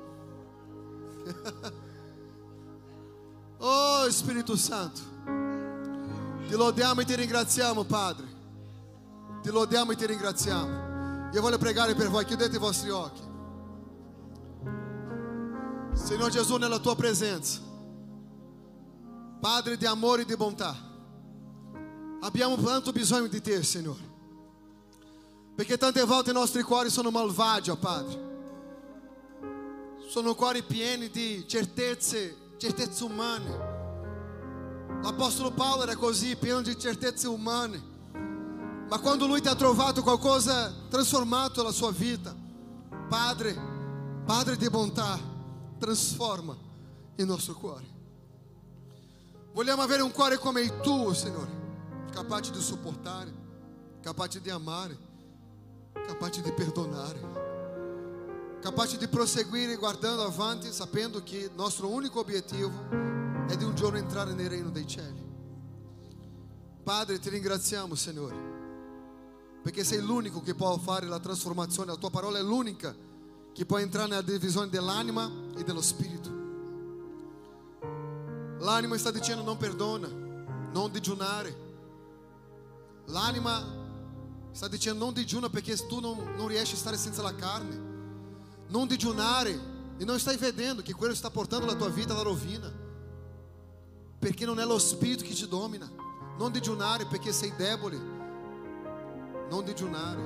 Oh Spirito Santo, ti lodiamo e ti ringraziamo, Padre. Ti lodiamo e ti ringraziamo. Io voglio pregare per voi, chiudete i vostri occhi. Signor Gesù, nella tua presenza, Padre di amore e di bontà, abbiamo tanto bisogno di te, Signore, perché tante volte i nostri cuori sono malvagi, oh Padre. Sono cuori pieni di certezze umane. L'Apostolo Paolo era così, pieno di certezze umane. Ma quando lui ti ha trovato, qualcosa ha trasformato la sua vita. Padre di bontà, trasforma il nostro cuore. Vogliamo avere un cuore come il tuo, Signore, capace di sopportare, capace di amare, capace di perdonare, capace di proseguire guardando avanti, sapendo che il nostro unico obiettivo è di un giorno entrare nel regno dei cieli. Padre, ti ringraziamo, Signore, perché sei l'unico che può fare la trasformazione. La tua parola è l'unica che può entrare nella divisione dell'anima e dello spirito. L'anima sta dicendo non perdona, non digiunare. L'anima sta dicendo non digiuna perché tu non riesci a stare senza la carne. Non digiunare, e non stai vedendo che quello sta portando la tua vita alla rovina, perché non è lo spirito che ti domina. Non digiunare perché sei debole. Non digiunare,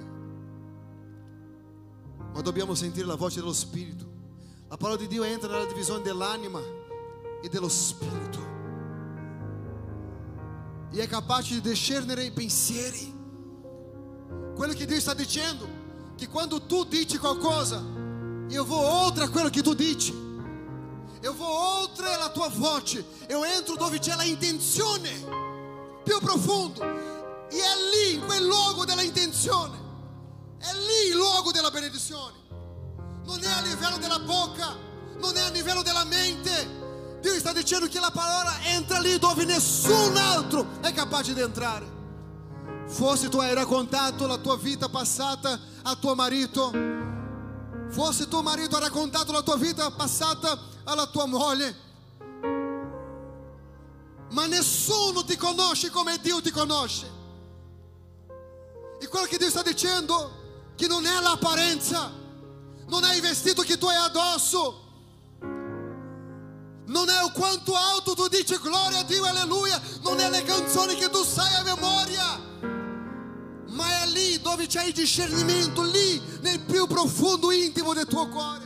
ma dobbiamo sentire la voce dello spirito. La parola di Dio entra nella divisione dell'anima e dello spirito e è capace di discernere i pensieri. Quello che Dio sta dicendo, che quando tu dici qualcosa, io vou oltre a quello che tu dici, eu vou oltre la tua voce, eu entro dove c'è la intenzione più profondo, e è lì, in quel luogo della intenzione, è lì il luogo della benedizione. Non è a livello della bocca, non è a livello della mente. Dio sta dicendo che la parola entra lì dove nessun altro è capace di entrare. Forse tu hai raccontato la tua vita passata a tuo marito, forse tuo marito ha raccontato la tua vita passata alla tua moglie, ma nessuno ti conosce come Dio ti conosce. E quello che Dio sta dicendo, che non è l'apparenza, non è il vestito che tu hai addosso, non è o quanto alto tu dici gloria a Dio, alleluia, non è le canzoni che tu sai a memoria, ma è lì dove c'è il discernimento, lì nel più profondo intimo del tuo cuore.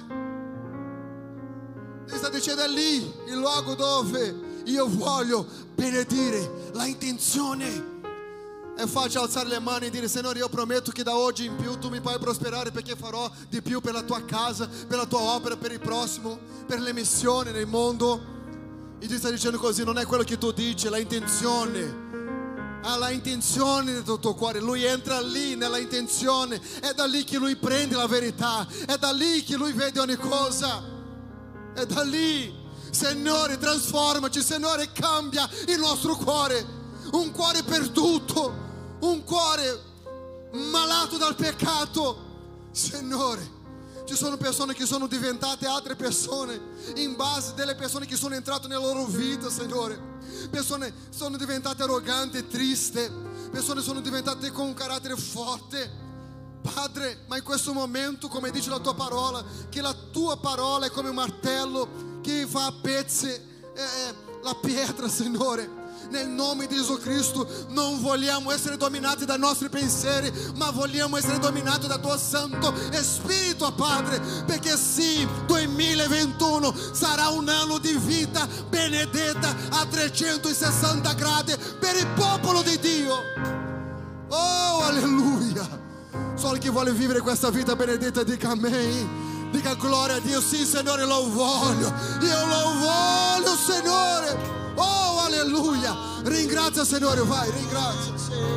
Dio sta dicendo, è lì il luogo dove io voglio benedire la intenzione. È facile alzare le mani e dire, Signore, io prometto che da oggi in più tu mi puoi prosperare, perché farò di più per la tua casa, per la tua opera, per il prossimo, per le missioni nel mondo. E Dio sta dicendo così, non è quello che tu dici, è la intenzione. Ha la intenzione del tuo cuore, Lui entra lì nella intenzione, è da lì che Lui prende la verità, è da lì che Lui vede ogni cosa, è da lì. Signore, trasformaci, Signore, cambia il nostro cuore, un cuore perduto, un cuore malato dal peccato. Signore, ci sono persone che sono diventate altre persone in base delle persone che sono entrate nella loro vita, Signore. Persone sono diventate arroganti e tristi, persone sono diventate con un carattere forte, Padre, ma in questo momento, come dice la tua parola, che la tua parola è come un martello che fa a pezzi la pietra, Signore. Nel nome di Gesù Cristo non vogliamo essere dominati dai nostri pensieri, ma vogliamo essere dominati dal tuo Santo Spirito, Padre, perché sì, 2021 sarà un anno di vita benedetta a 360 gradi per il popolo di Dio. Oh, alleluia! Solo chi vuole vivere questa vita benedetta dica amen, dica gloria a Dio. Sì, Signore, lo voglio, io lo voglio, Signore. Oh, alleluia! Ringrazia, Signore, vai, ringrazia.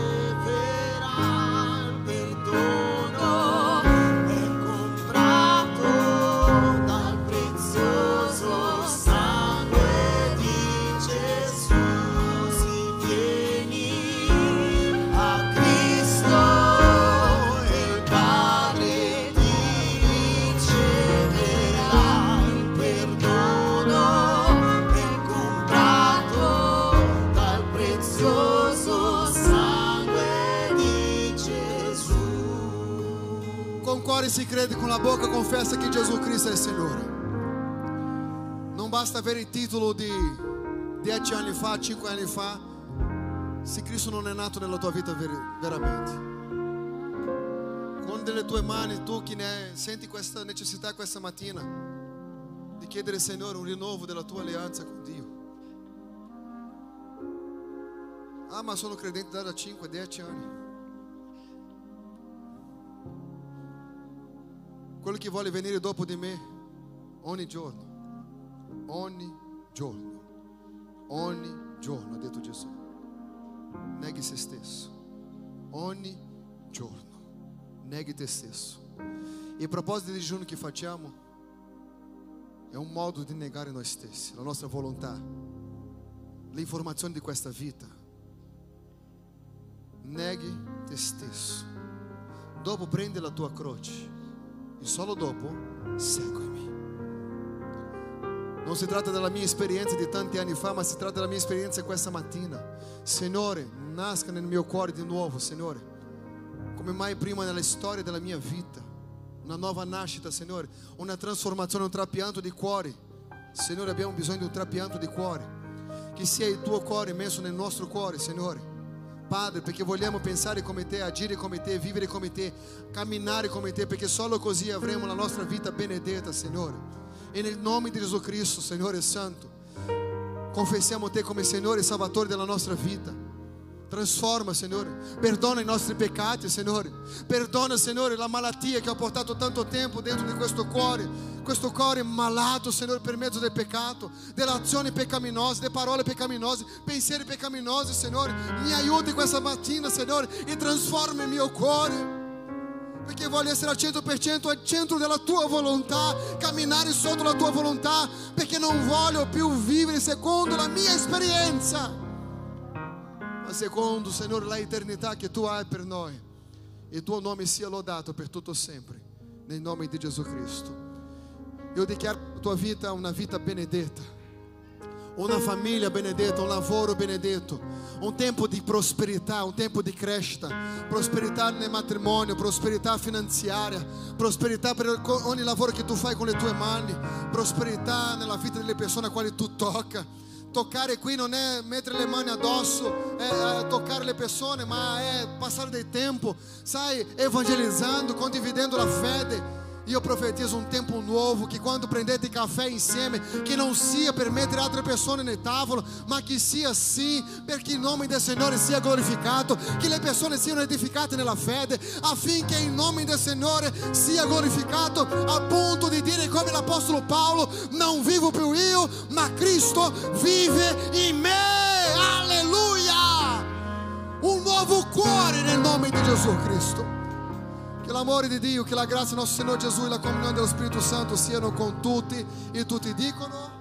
Si crede, con la bocca confessa che Gesù Cristo è il Signore. Non basta avere il titolo di 10 anni fa, 5 anni fa, se Cristo non è nato nella tua vita veramente. Con delle tue mani, tu che ne senti questa necessità questa mattina di chiedere, Signore, un rinnovo della tua alleanza con Dio. Ah, ma sono credente da 5-10 anni. Quello che vuole venire dopo di me, ogni giorno, ha detto Gesù, neghi se stesso, ogni giorno, neghi te stesso. E il proposito di digiuno che facciamo è un modo di negare noi stessi, la nostra volontà, l'informazione di questa vita. Neghi te stesso, dopo prendi la tua croce. E solo dopo seguimi. Non si tratta della mia esperienza di tanti anni fa, ma si tratta della mia esperienza questa mattina. Signore, nasca nel mio cuore di nuovo, Signore, come mai prima nella storia della mia vita. Una nuova nascita, Signore, una trasformazione, un trapianto di cuore. Signore, abbiamo bisogno di un trapianto di cuore. Che sia il tuo cuore messo nel nostro cuore, Signore. Padre, perché vogliamo pensare come te, agire come te, vivere come te, camminare come te, perché solo così avremo la nostra vita benedetta, Signore. E nel nome di Gesù Cristo, Signore Santo, confessiamo te come Signore e Salvatore della nostra vita. Trasforma, Signore, perdona i nostri peccati, Signore. Perdona, Signore, la malattia che ho portato tanto tempo dentro di questo cuore malato, Signore, per mezzo del peccato, delle azioni peccaminose, delle parole peccaminose, pensieri peccaminosi, Signore. Mi aiuti questa mattina, Signore, e trasforma il mio cuore, perché voglio essere al 100% al centro della tua volontà, camminare sotto la tua volontà, perché non voglio più vivere secondo la mia esperienza, ma secondo, Signore, la eternità che tu hai per noi. E il tuo nome sia lodato per tutto sempre, nel nome di Gesù Cristo. Io dichiaro la tua vita una vita benedetta, una famiglia benedetta, un lavoro benedetto, un tempo di prosperità, un tempo di crescita, prosperità nel matrimonio, prosperità finanziaria, prosperità per ogni lavoro che tu fai con le tue mani, prosperità nella vita delle persone a quali tu tocca. Toccare qui non è mettere le mani addosso, è toccare le persone, ma è passare del tempo, sai, evangelizzando, condividendo la fede. Io profetizzo un tempo nuovo, che quando prendete caffè insieme, che non sia per mettere altre persone nel tavolo, ma che sia sì perché il nome del Signore sia glorificato, che le persone siano edificate nella fede, affinché il nome del Signore sia glorificato, a punto di dire come l'Apostolo Paolo: non vivo più io, ma Cristo vive in me. Alleluia! Un nuovo cuore nel nome di Gesù Cristo. Che l'amore di Dio, che la grazia del nostro Signore Gesù e la comunione dello Spirito Santo siano con tutti, e tutti dicono